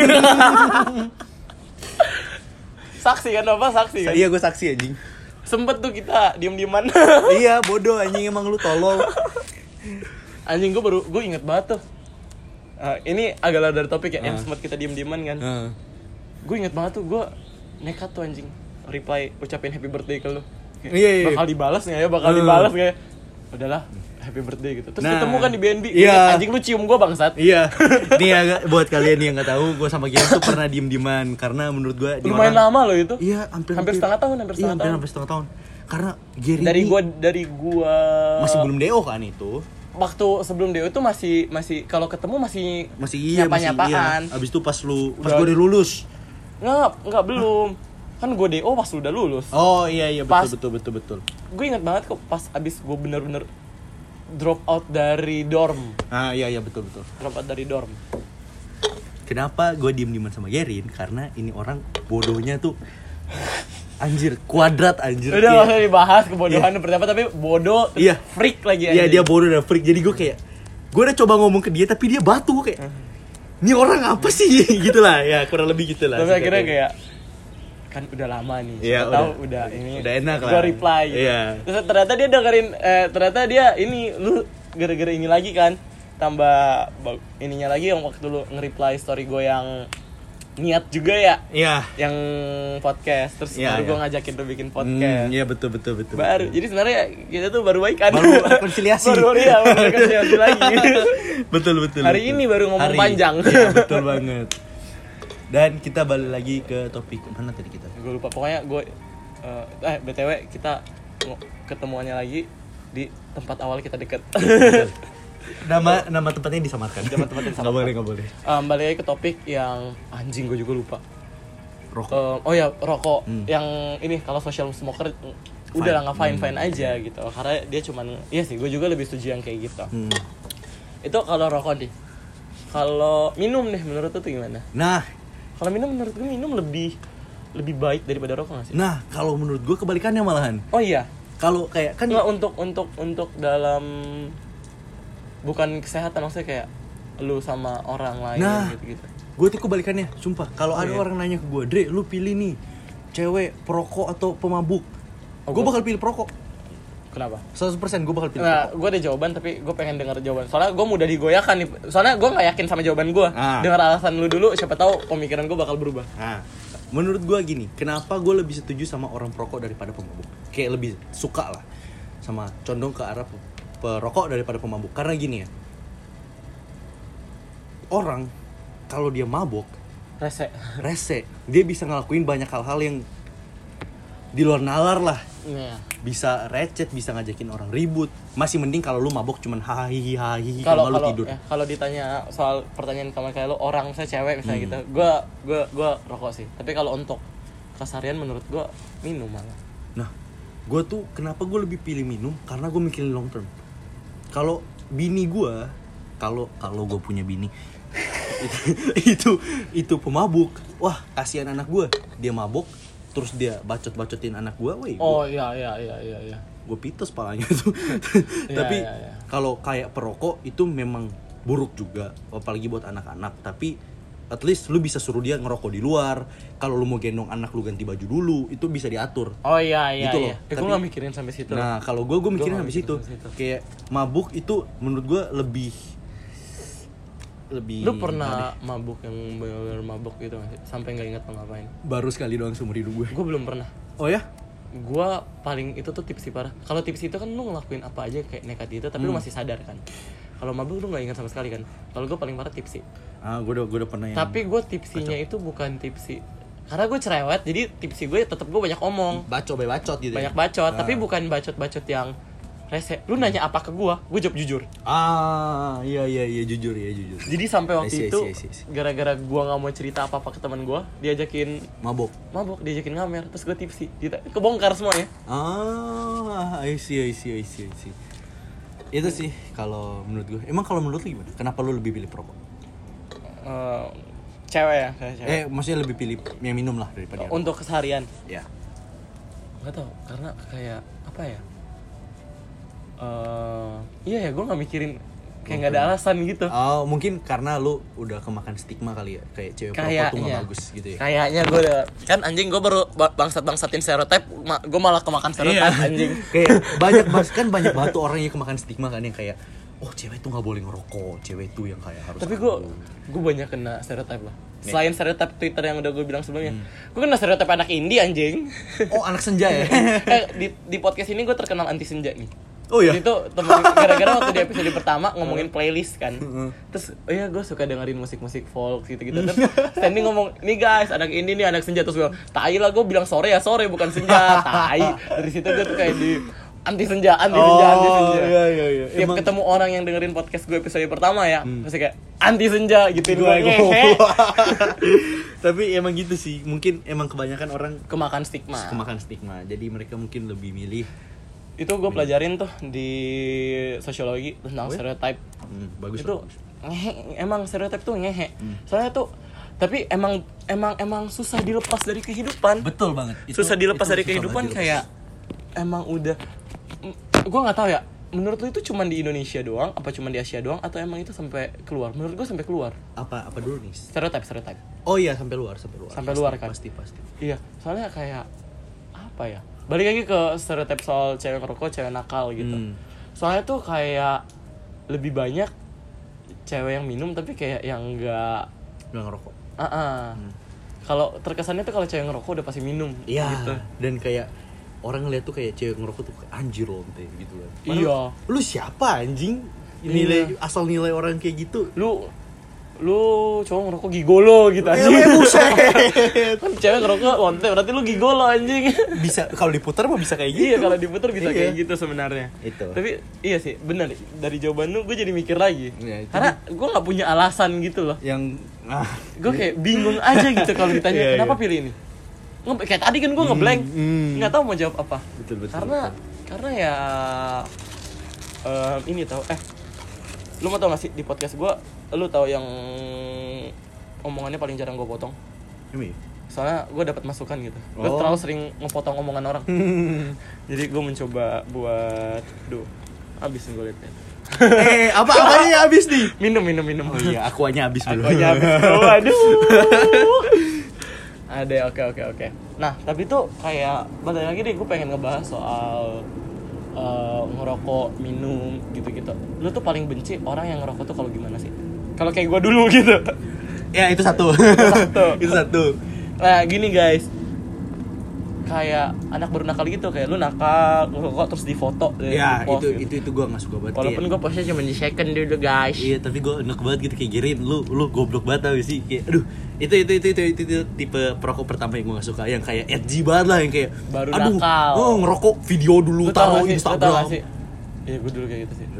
Saksi kan apa? Saksi kan? Iya, gue saksi anjing. Sempet tuh kita diem-dieman. Iya, bodoh anjing, emang lu tolol. Anjing, gue inget banget tuh. Ini agak lari dari topik ya, yang sempet kita diem-dieman kan. Gue inget banget tuh, gue nekat tuh anjing reply ucapin happy birthday ke lu. Iya. Bakal dibalas nggak ya? Dibalas nggak ya? Udahlah, happy birthday gitu. Terus ketemu kan di BNB. Iya. Anjing lu cium gue bangsat. Iya. Nih ya, buat kalian yang nggak tahu, gue sama Gilang tuh pernah diem-dieman karena menurut gue lumayan lama loh itu. Iya, hampir setengah tahun. Hampir setengah tahun. Karena Gary dari gua masih belum DO kan itu. Waktu sebelum DO itu masih kalau ketemu masih Iya. nyapa-nyapaan. Abis itu pas gue udah lulus. Enggak belum. Kan gue DO pas lu udah lulus. Oh iya betul. Gue ingat banget kok pas abis gue bener-bener drop out dari dorm. Iya betul. Drop out dari dorm. Kenapa gue diem-dieman sama Gerin? Karena ini orang bodohnya tuh anjir, kuadrat anjir. Udah gak usah dibahas kebodohan seperti apa, tapi bodoh, freak lagi anjir. Iya, dia bodoh dan freak. Jadi gue udah coba ngomong ke dia tapi dia batu kayak. Ini orang apa sih? Gitu lah, ya kurang lebih gitu lah. Tapi akhirnya kayak kan udah lama nih. Iya, udah enak lah. Gue reply gitu. Iya. Terus ternyata dia dengerin ternyata dia ini lu gara-gara ini lagi kan. Tambah ininya lagi yang waktu lu nge-reply story gue yang niat juga ya. Iya. Yang podcast. Terus baru gue ngajakin lu bikin podcast. Iya betul. Baru. Jadi sebenarnya kita tuh baru baikan. Baru rekonsiliasi. baru rekonsiliasi lagi. Betul. Hari ini baru ngomong panjang. Iya, betul banget. Dan kita balik lagi ke topik mana tadi kita? Gue lupa. Pokoknya gue BTW kita ketemuannya lagi di tempat awal kita deket. Nama tempatnya disamarkan. Nggak boleh. Balik lagi ke topik yang anjing, gue juga lupa. Rokok. Rokok. Yang ini kalau social smoker udah lah nggak fine aja gitu. Karena dia cuman, iya sih gue juga lebih setuju yang kayak gitu. Itu kalau rokok nih. Kalau minum nih menurut lu tuh gimana? Nah, kalau minum menurut gue minum lebih baik daripada rokok nggak sih? Nah, kalau menurut gue kebalikannya malahan. Oh iya. Kalau kayak kan nggak untuk dalam bukan kesehatan, maksudnya kayak lu sama orang lain gitu. Gue tuh kebalikannya, sumpah. Kalau ada orang nanya ke gue, Dre, lu pilih nih cewek perokok atau pemabuk? Gue bakal pilih perokok. Kenapa? 100% gue bakal pilih perokok. Gue ada jawaban, tapi gue pengen dengar jawaban. Soalnya gue mudah digoyahkan nih. Soalnya gue nggak yakin sama jawaban gue. Dengar alasan lu dulu, siapa tahu pemikiran gue bakal berubah. Menurut gue gini, kenapa gue lebih setuju sama orang perokok daripada pemabuk? Kayak lebih suka lah sama condong ke arah perokok daripada pemabuk. Karena gini ya, orang kalau dia mabok rese, dia bisa ngelakuin banyak hal-hal yang di luar nalar lah. Bisa recet, bisa ngajakin orang ribut. Masih mending kalau lu mabok cuman hahihi kalau lu tidur. Kalau ditanya soal pertanyaan kayak lu, orang saya cewek misalnya gitu, gue rokok sih. Tapi kalau untuk keseharian menurut gue minum malah. Nah, gue tuh kenapa gue lebih pilih minum, karena gue mikirin long term. Kalau bini gue, kalau gue punya bini itu pemabuk, wah kasihan anak gue, dia mabok terus dia bacot-bacotin anak gue, iya. Gue pites palanya tuh. Tapi kalau kayak perokok itu memang buruk juga, apalagi buat anak-anak. Tapi at least lu bisa suruh dia ngerokok di luar. Kalau lu mau gendong anak lu ganti baju dulu, itu bisa diatur. Oh iya gitu loh. Tapi gue nggak mikirin sampai situ. Nah kalau gue mikirin sampai situ. Kayak mabuk itu menurut gue lebih. Lu pernah mabuk yang bener mabuk gitu nggak sih? Sampai nggak ingat mau ngapain? Baru sekali doang seumur hidup gue. Gue belum pernah. Oh ya? Gue paling itu tuh tipsi parah. Kalau tipsi itu kan lu ngelakuin apa aja kayak nekat gitu, tapi lu masih sadar kan. Kalau mabuk lu nggak ingat sama sekali kan. Kalau gue paling parah tipsi. Gue udah pernah yang. Tapi gue tipsinya itu bukan tipsi. Karena gue cerewet, jadi tipsi gue tetap gue banyak omong. Bacot gitu. Banyak bacot, tapi bukan bacot yang rese. Lu nanya apa ke gue jawab jujur. Iya jujur. Jadi sampai waktu itu gara-gara gue nggak mau cerita apa ke teman gue, diajakin mabok, diajakin ngamer, terus gue tipsi, kebongkar semuanya. I see. Itu sih kalau menurut gue. Emang kalau menurut lu gimana? Kenapa lu lebih pilih perokok? Cewek ya, cewek. Maksudnya lebih pilih yang minum lah daripada untuk keseharian. Ya. Nggak tahu, karena kayak apa ya? Iya ya, gue nggak mikirin, kayak nggak ada alasan gitu. Mungkin karena lu udah kemakan stigma kali ya, kayak cewek perokok tuh nggak bagus gitu ya. Kayaknya gue udah kan anjing, gue baru bangsatin stereotip, gue malah kemakan stereotip. Anjing. Kayak banyak banget tuh orang yang kemakan stigma kan, yang kayak cewek tuh nggak boleh ngerokok, cewek tuh yang kayak harus. Tapi gue banyak kena stereotip lah. Selain stereotip Twitter yang udah gue bilang sebelumnya, gue kena stereotip anak indie anjing. Anak senja ya. Di podcast ini gue terkenal anti senja nih. Oh iya. Itu gara-gara waktu di episode pertama ngomongin playlist kan. Terus gue suka dengerin musik-musik folk gitu-gitu. Terus standing ngomong, "Nih guys, anak ini nih anak senja." Terus gue, "Tai lah, gue bilang sore bukan senja." Tai. Dari situ gue tuh kayak di anti senja. Iya. Tiap ketemu orang yang dengerin podcast gue episode pertama ya, pasti kayak anti senja gituin gue. Tapi emang gitu sih. Mungkin emang kebanyakan orang kemakan stigma. Jadi mereka mungkin lebih milih. Itu gue pelajarin tuh di sosiologi tentang stereotype. Bagus. Itu emang stereotype tuh ngehe. Soalnya tuh tapi emang susah dilepas dari kehidupan. Betul banget. Susah dilepas dari kehidupan, kayak emang udah. Gue nggak tahu ya. Menurut lu itu cuma di Indonesia doang, apa cuma di Asia doang, atau emang itu sampai keluar? Menurut gue sampai keluar. Apa dulu nih? Stereotype. Oh iya, sampai luar. Sampai luar kan? Pasti. Iya, soalnya kayak apa ya? Balik lagi ke stereotip soal cewek ngerokok, cewek nakal gitu. Soalnya tuh kayak lebih banyak cewek yang minum tapi kayak yang nggak ngerokok. Kalau terkesannya tuh kalau cewek ngerokok udah pasti minum. Iya. Gitu. Dan kayak orang ngeliat tuh kayak cewek ngerokok tuh anjir loh gitu kan. Iya. Lu siapa anjing? Asal nilai orang kayak gitu. Lu cowok ngerokok gigolo gitu anjing. Kan cewek ngerokok lonte, berarti lu gigolo anjing. Bisa kalau diputar mah bisa kayak gitu. Iya, kalau diputar bisa kayak gitu sebenarnya. Itu. Tapi iya sih, benar. Dari jawaban lu gue jadi mikir lagi. Ya, karena gue enggak punya alasan gitu loh. Yang gue kayak bingung aja gitu kalau ditanya kenapa pilih ini. kayak tadi kan gue ngeblank, nggak tahu mau jawab apa. Betul. Karena ya ini tahu lu mau tau gak sih di podcast gue, lu tahu yang omongannya paling jarang gue potong? Soalnya gue dapat masukan gitu. Gue terlalu sering ngepotong omongan orang. Jadi gue mencoba buat habis nih gue liatnya. Apanya habis nih? Minum. Oh iya, akuanya habis belum. Waduh. Ada, oke. Nah, tapi tuh kayak balik lagi deh, gue pengen ngebahas soal ngerokok, minum, gitu-gitu. Lu tuh paling benci orang yang ngerokok tuh kalau gimana sih? Kalau kayak gue dulu gitu. Ya, itu satu. Itu satu. Nah, gini guys. Kayak anak baru nakal gitu, kayak lu nakal, ngerokok terus difoto. Ya, gitu. itu gue gak suka banget. Walaupun gue postnya cuma di second dulu guys. Iya, tapi gue enak banget gitu kayak girin. Lu goblok banget tau sih. Kayak aduh, itu tipe perokok pertama yang gue gak suka, yang kayak edgy banget lah, yang kayak baru nakal. Ngerokok video dulu taruh Instagram. Iya, gue dulu kayak gitu sih.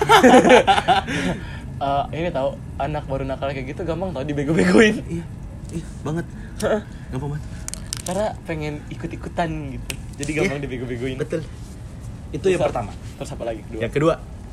Ini tahu anak baru nakal kayak gitu gampang tau dibego-begoin. Iya banget. Gampang banget. Karena pengen ikut-ikutan gitu. Jadi gampang dibego-begoin. Betul. Itu yang pertama. Terus apa lagi? Kedua. Yang kedua,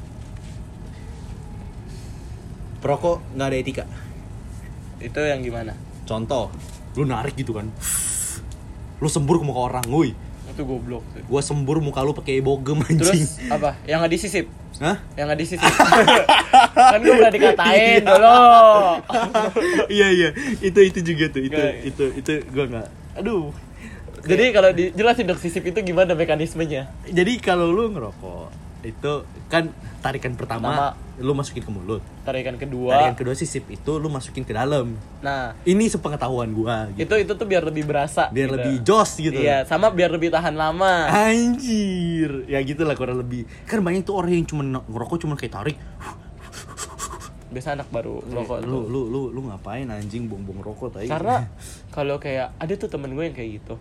perokok nggak ada etika. Itu yang gimana? Contoh, lu narik gitu kan, lu sembur ke muka orang, woi. Itu goblok. Gua sembur muka lu pakai bogem anjing. Terus apa? Yang nggak disisip? Hah? Yang nggak disisip. Kan gue udah dikatain dulu. Iya. Itu juga tuh. Itu gua nggak. Aduh. Jadi kalau dijelasin dok sisip itu gimana mekanismenya? Jadi kalau lu ngerokok itu kan tarikan pertama lu masukin ke mulut. Tarikan kedua sisip itu lu masukin ke dalam. Nah, ini sepengetahuan gua gitu. Itu tuh biar lebih berasa. Biar gitu. lebih jos gitu. Iya, sama biar lebih tahan lama. Anjir. Ya gitulah kurang lebih. Kan banyak tuh orang yang cuma ngerokok cuma kayak tarik. Biasa anak baru ngerokok. Lu ngapain anjing buang-buang rokok tadi? Karena kalau kayak ada tuh temen gue yang kayak gitu.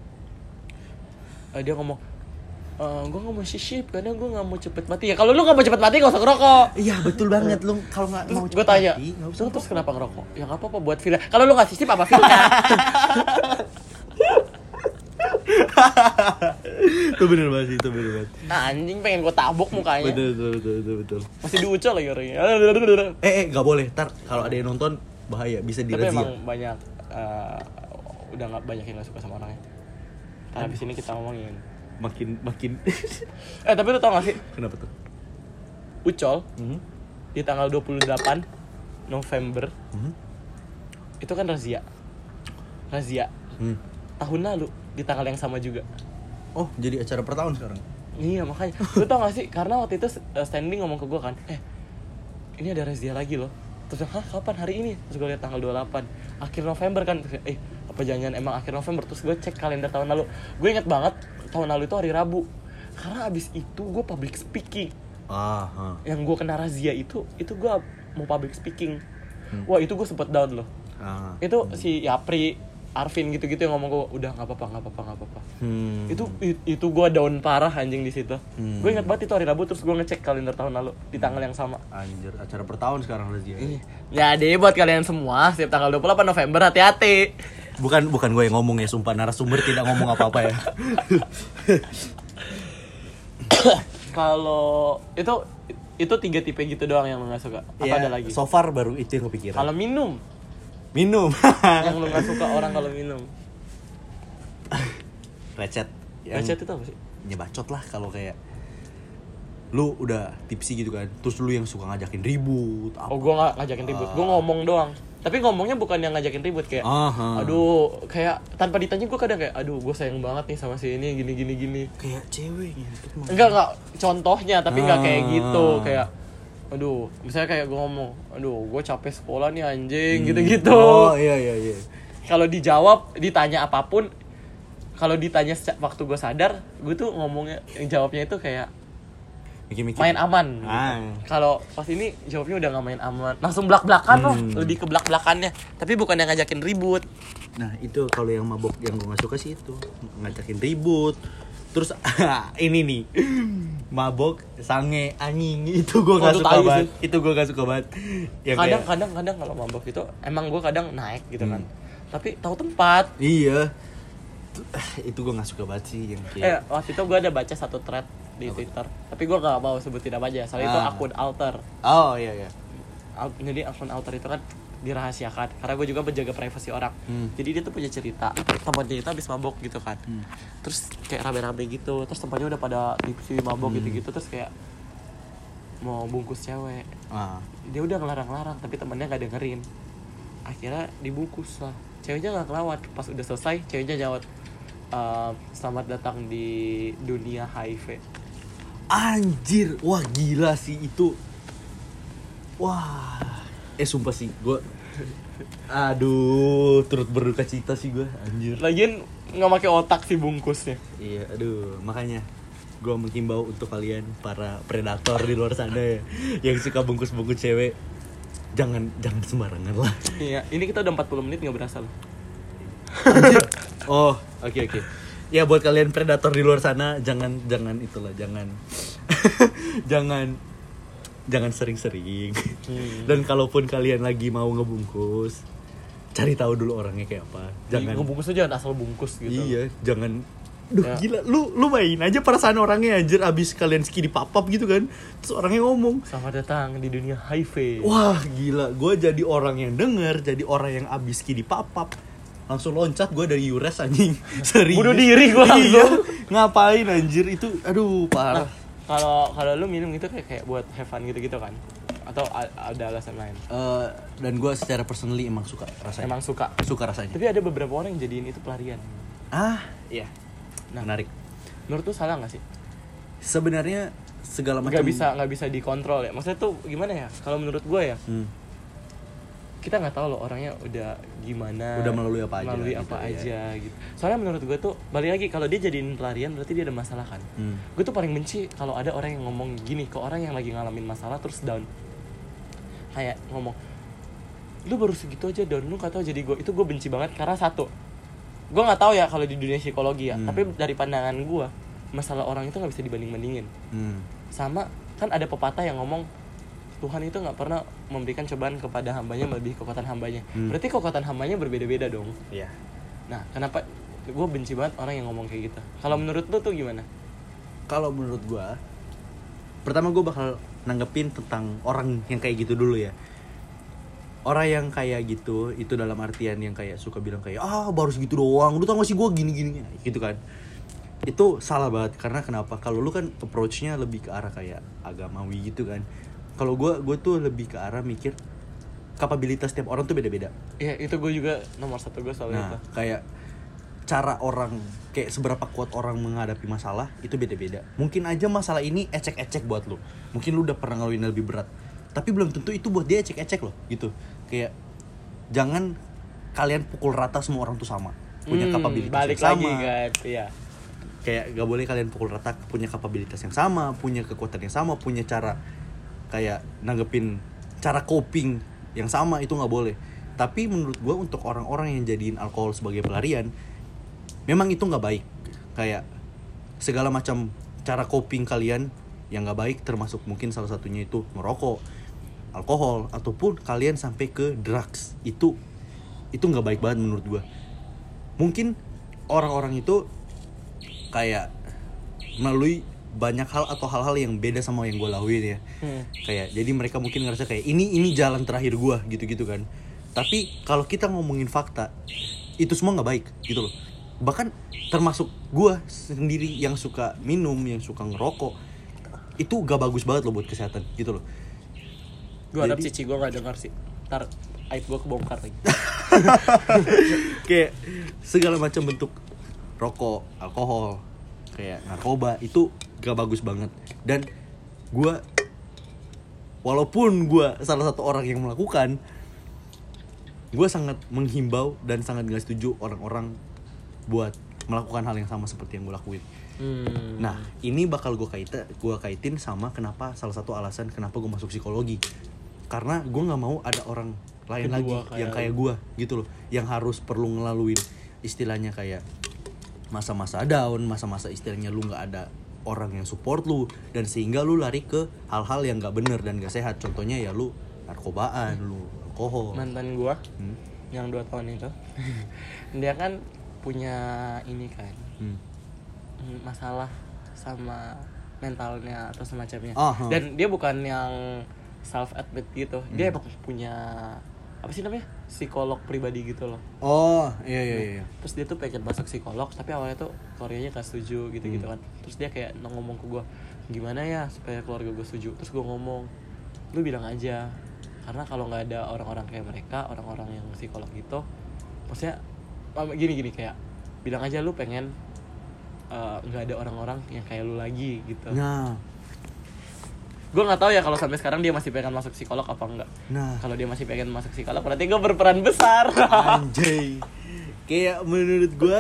Dia ngomong, gue nggak mau sisip karena gue nggak mau cepet mati. Ya kalau lu nggak mau cepet mati nggak usah ngerokok. Iya betul banget. Lu kalau nggak mau cepet gue tanya, mati nggak usah. Terus kenapa ngerokok? Ya nggak apa-apa buat feel. Kalau lu nggak sisip apa feelnya? Itu bener banget. Nah, anjing pengen gue tabuk mukanya. Betul. Masih diucol lagi orangnya. Nggak boleh. Ntar kalau ada yang nonton bahaya, bisa dirazia. Tapi emang banyak udah nggak banyak yang nggak suka sama orangnya. Karena abis ini kita ngomongin makin. Tapi lu tau gak sih? Kenapa tuh? Ucol di tanggal 28 November itu kan razia. Tahun lalu di tanggal yang sama juga. Oh, jadi acara per tahun sekarang? Iya, makanya. Lu tau gak sih? Karena waktu itu standing ngomong ke gue kan, ini ada razia lagi loh. Terus, kapan hari ini? Terus gue liat tanggal 28 akhir November kan. Apa jangan emang akhir November? Terus gue cek kalender tahun lalu. Gue inget banget tahun lalu itu hari Rabu. Karena abis itu gue public speaking. Yang gue kena razia itu gue mau public speaking. Wah, itu gue sempet down loh. Itu si Yapri, Arvin gitu-gitu yang ngomong gue, udah nggak apa-apa. Itu gue down parah anjing di situ. Gue ingat banget itu hari Rabu, terus gue ngecek kalender tahun lalu di tanggal yang sama. Anjir, acara per tahun sekarang razia. Jadi buat kalian semua, setiap tanggal 28 November hati-hati. Bukan gue yang ngomong ya, sumpah narasumber tidak ngomong apa-apa ya. Kalau itu 3 tipe gitu doang yang lu nggak suka. Apa ada lagi? So far baru itu yang kepikiran. Kalau minum. Yang lu nggak suka orang kalau minum. Recet itu apa sih? Ya bacot lah kalau kayak lu udah tipsi gitu kan, terus lu yang suka ngajakin ribut apa. Gue nggak ngajakin ribut, gue ngomong doang. Tapi ngomongnya bukan yang ngajakin ribut kayak, aduh, kayak tanpa ditanya gue kadang kayak, aduh, gue sayang banget nih sama si ini, gini. Kayak cewek gitu. Enggak contohnya, tapi nggak kayak gitu, kayak, aduh, misalnya kayak gue ngomong, aduh, gue capek sekolah nih anjing, gitu-gitu. Oh iya. Kalau dijawab, ditanya apapun, kalau ditanya waktu gue sadar, gue tuh ngomongnya, yang jawabnya itu kayak mikir-mikir. Main aman. Kalau pas ini jawabnya udah nggak main aman, langsung belak-belakan loh, lebih ke belak-belakannya. Tapi bukan yang ngajakin ribut. Nah itu kalau yang mabok yang gue nggak suka sih itu ngajakin ribut. Terus ini nih mabok sange anjing itu gue nggak suka banget. Itu gue nggak suka banget. Kadang kalau mabok itu emang gue kadang naik gitu kan. Tapi tahu tempat. Iya. Itu gue nggak suka banget sih yang kayak waktu itu gue ada baca satu thread di Twitter, tapi gue nggak mau sebutin apa aja, soalnya itu akun alter. Iya. Jadi akun alter itu kan dirahasiakan karena gue juga menjaga privasi orang. Jadi dia tuh punya cerita temannya itu habis mabok gitu kan, terus kayak rame-rame gitu, terus temannya udah pada tipsi mabok gitu terus kayak mau bungkus cewek. Dia udah ngelarang-larang tapi temannya nggak dengerin, akhirnya dibungkus lah. Ceweknya nggak kelawat, pas udah selesai ceweknya jawab, selamat datang di dunia HIV. Anjir, wah gila sih itu. Wah, sumpah sih gue, aduh, turut berduka cita sih gue, anjir. Lagian nggak pakai otak sih bungkusnya. Iya, aduh, makanya gue menghimbau untuk kalian para predator di luar sana ya, yang suka bungkus-bungkus cewek, jangan sembarangan lah. Iya, ini kita udah 40 menit nggak berasa loh. Anjir. Oh, oke. Ya buat kalian predator di luar sana, jangan itulah, jangan jangan sering-sering. Dan kalaupun kalian lagi mau ngebungkus, cari tahu dulu orangnya kayak apa. Jangan ngebungkus aja asal bungkus gitu. Iya, jangan. Gila, lu main aja perasaan orangnya anjir, abis kalian skidi papap gitu kan. Terus orangnya ngomong, "Selamat datang di dunia HIV." Wah, gila, gue jadi orang yang denger, jadi orang yang abis skidi papap, langsung loncat gue dari Yures anjing. Serius. Bunuh diri gue langsung. Iya, ngapain anjir itu, aduh parah. Kalau lu minum itu kayak buat have fun gitu kan, atau ada alasan lain? Dan gue secara personally emang suka rasanya. Emang suka rasanya. Tapi ada beberapa orang yang jadiin itu pelarian. Iya. Nah, menarik. Menurut lu salah nggak sih? Sebenarnya segala macam nggak bisa dikontrol ya. Maksudnya tuh gimana ya? Kalau menurut gue ya, kita nggak tahu loh orangnya udah gimana, udah melalui apa aja gitu. Soalnya menurut gue tuh balik lagi, kalau dia jadiin pelarian berarti dia ada masalah kan. Gue tuh paling benci kalau ada orang yang ngomong gini ke orang yang lagi ngalamin masalah terus down, kayak ngomong, lu baru segitu aja down, lu nggak tahu jadi gue. Itu gue benci banget karena satu, gue nggak tahu ya kalau di dunia psikologi ya, tapi dari pandangan gue masalah orang itu nggak bisa dibanding-bandingin. Sama kan ada pepatah yang ngomong, Tuhan itu nggak pernah memberikan cobaan kepada hambanya melebihi kekuatan hambanya. Berarti kekuatan hambanya berbeda-beda dong. Iya. Nah, kenapa gue benci banget orang yang ngomong kayak gitu? Kalau menurut lu tuh gimana? Kalau menurut gue, pertama gue bakal nanggepin tentang orang yang kayak gitu dulu ya. Orang yang kayak gitu, itu dalam artian yang kayak suka bilang kayak, baru segitu doang, lu tau gak sih gue gini-gini gitu kan. Itu salah banget, karena kenapa? Kalau lu kan approach-nya lebih ke arah kayak agamawi gitu kan. Kalau gue tuh lebih ke arah mikir kapabilitas tiap orang tuh beda-beda. Iya, itu gue juga nomor satu gue soal itu. Kayak cara orang, kayak seberapa kuat orang menghadapi masalah itu beda-beda. Mungkin aja masalah ini ecek-ecek buat lu. Mungkin lu udah pernah ngelaluin lebih berat, tapi belum tentu itu buat dia ecek-ecek loh gitu. Kayak jangan kalian pukul rata semua orang tuh sama, punya kapabilitas balik yang sama. Lagi kan, iya. Kayak gak boleh kalian pukul rata, punya kapabilitas yang sama, punya kekuatan yang sama, punya cara kayak nanggepin, cara coping yang sama, itu gak boleh. Tapi menurut gue untuk orang-orang yang jadiin alkohol sebagai pelarian, memang itu gak baik. Kayak segala macam cara coping kalian yang gak baik, termasuk mungkin salah satunya itu merokok, alkohol, ataupun kalian sampai ke drugs. Itu gak baik banget menurut gue. Mungkin orang-orang itu kayak melalui banyak hal atau hal-hal yang beda sama yang gue lakuin ya. Kayak jadi mereka mungkin ngerasa kayak ini jalan terakhir gue gitu-gitu kan. Tapi kalau kita ngomongin fakta, itu semua nggak baik gitu loh. Bahkan termasuk gue sendiri yang suka minum, yang suka ngerokok, itu gak bagus banget loh buat kesehatan gitu loh. Gue harap cici gue nggak dengar sih, ntar aib gue kebongkar lagi. Kayak segala macam bentuk rokok, alkohol, kayak narkoba, itu gak bagus banget. Dan gue, walaupun gue salah satu orang yang melakukan, gue sangat menghimbau dan sangat gak setuju orang-orang buat melakukan hal yang sama seperti yang gue lakuin. Nah, ini bakal gue kaitin sama kenapa, salah satu alasan kenapa gue masuk psikologi. Karena gue gak mau ada orang lain lagi yang kayak gue gitu loh, yang harus perlu ngelaluin istilahnya kayak masa-masa down, masa-masa istilahnya lu gak ada orang yang support lu, dan sehingga lu lari ke hal-hal yang gak bener dan gak sehat. Contohnya ya lu narkobaan, lu alkohol. Mantan gua yang 2 tahun itu dia kan punya ini kan masalah sama mentalnya atau semacamnya. Dan dia bukan yang self admit gitu, dia emang punya apa sih namanya, psikolog pribadi gitu loh. Iya. Terus dia tuh pengen masuk psikolog, tapi awalnya tuh keluarganya gak setuju gitu kan. Terus dia kayak ngomong ke gue, gimana ya supaya keluarga gue setuju. Terus gue ngomong, lu bilang aja, karena kalau nggak ada orang-orang kayak mereka, orang-orang yang psikolog gitu, maksudnya gini kayak bilang aja lu pengen nggak ada orang-orang yang kayak lu lagi gitu. Gue nggak tahu ya kalau sampai sekarang dia masih pengen masuk psikolog apa enggak. Kalau dia masih pengen masuk psikolog berarti gue berperan besar. Anjay. Kayak menurut gue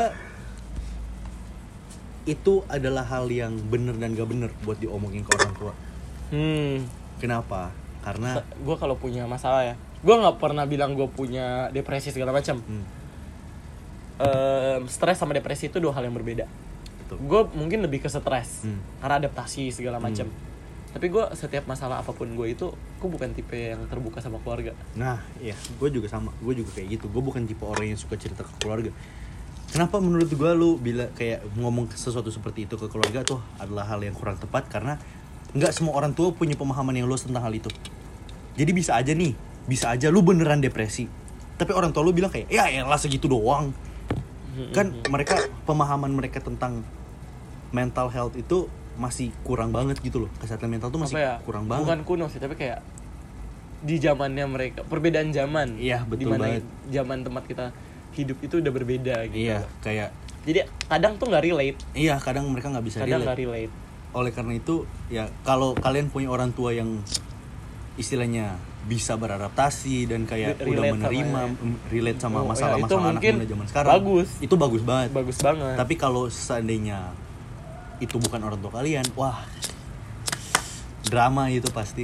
itu adalah hal yang bener dan gak bener buat diomongin ke orang tua. Kenapa? Karena gue kalau punya masalah ya, gue nggak pernah bilang gue punya depresi segala macam. Stres sama depresi itu dua hal yang berbeda. Gue mungkin lebih ke stres karena adaptasi segala macam. Tapi gue setiap masalah apapun gue itu, gue bukan tipe yang terbuka sama keluarga. Nah, iya, gue juga sama. Gue juga kayak gitu. Gue bukan tipe orang yang suka cerita ke keluarga. Kenapa menurut gue lu bila kayak ngomong sesuatu seperti itu ke keluarga tuh adalah hal yang kurang tepat, karena nggak semua orang tua punya pemahaman yang luas tentang hal itu. Jadi bisa aja lu beneran depresi, tapi orang tua lu bilang kayak ya elah segitu doang. Kan pemahaman mereka tentang mental health itu masih kurang banget gitu loh. Kesehatan mental tuh masih kurang banget. Bukan kuno sih, tapi kayak di zamannya mereka, perbedaan zaman. Iya, betul banget. Zaman tempat kita hidup itu udah berbeda gitu. Iya, kayak jadi kadang tuh nggak relate. Iya, kadang mereka nggak bisa relate. Oleh karena itu, ya kalau kalian punya orang tua yang istilahnya bisa beradaptasi dan kayak udah menerima relate sama masalah-masalah anak muda zaman sekarang, itu bagus banget. Tapi kalau seandainya itu bukan orang tua kalian, wah, drama itu pasti.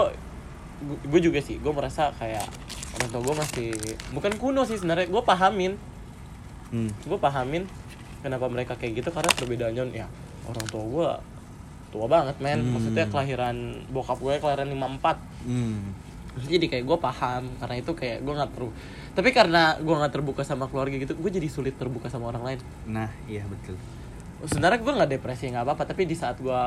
Gue juga sih, gue merasa kayak orang tua gue masih bukan kuno sih sebenarnya. Gue pahamin kenapa mereka kayak gitu, karena perbedaannya ya orang tua gue tua banget maksudnya kelahiran bokap gue kelahiran 54. Jadi kayak gue paham, karena itu kayak gue nggak perlu. Tapi karena gue nggak terbuka sama keluarga gitu, gue jadi sulit terbuka sama orang lain. Nah, iya betul. Sebenarnya gue nggak depresi nggak apa-apa, tapi di saat gue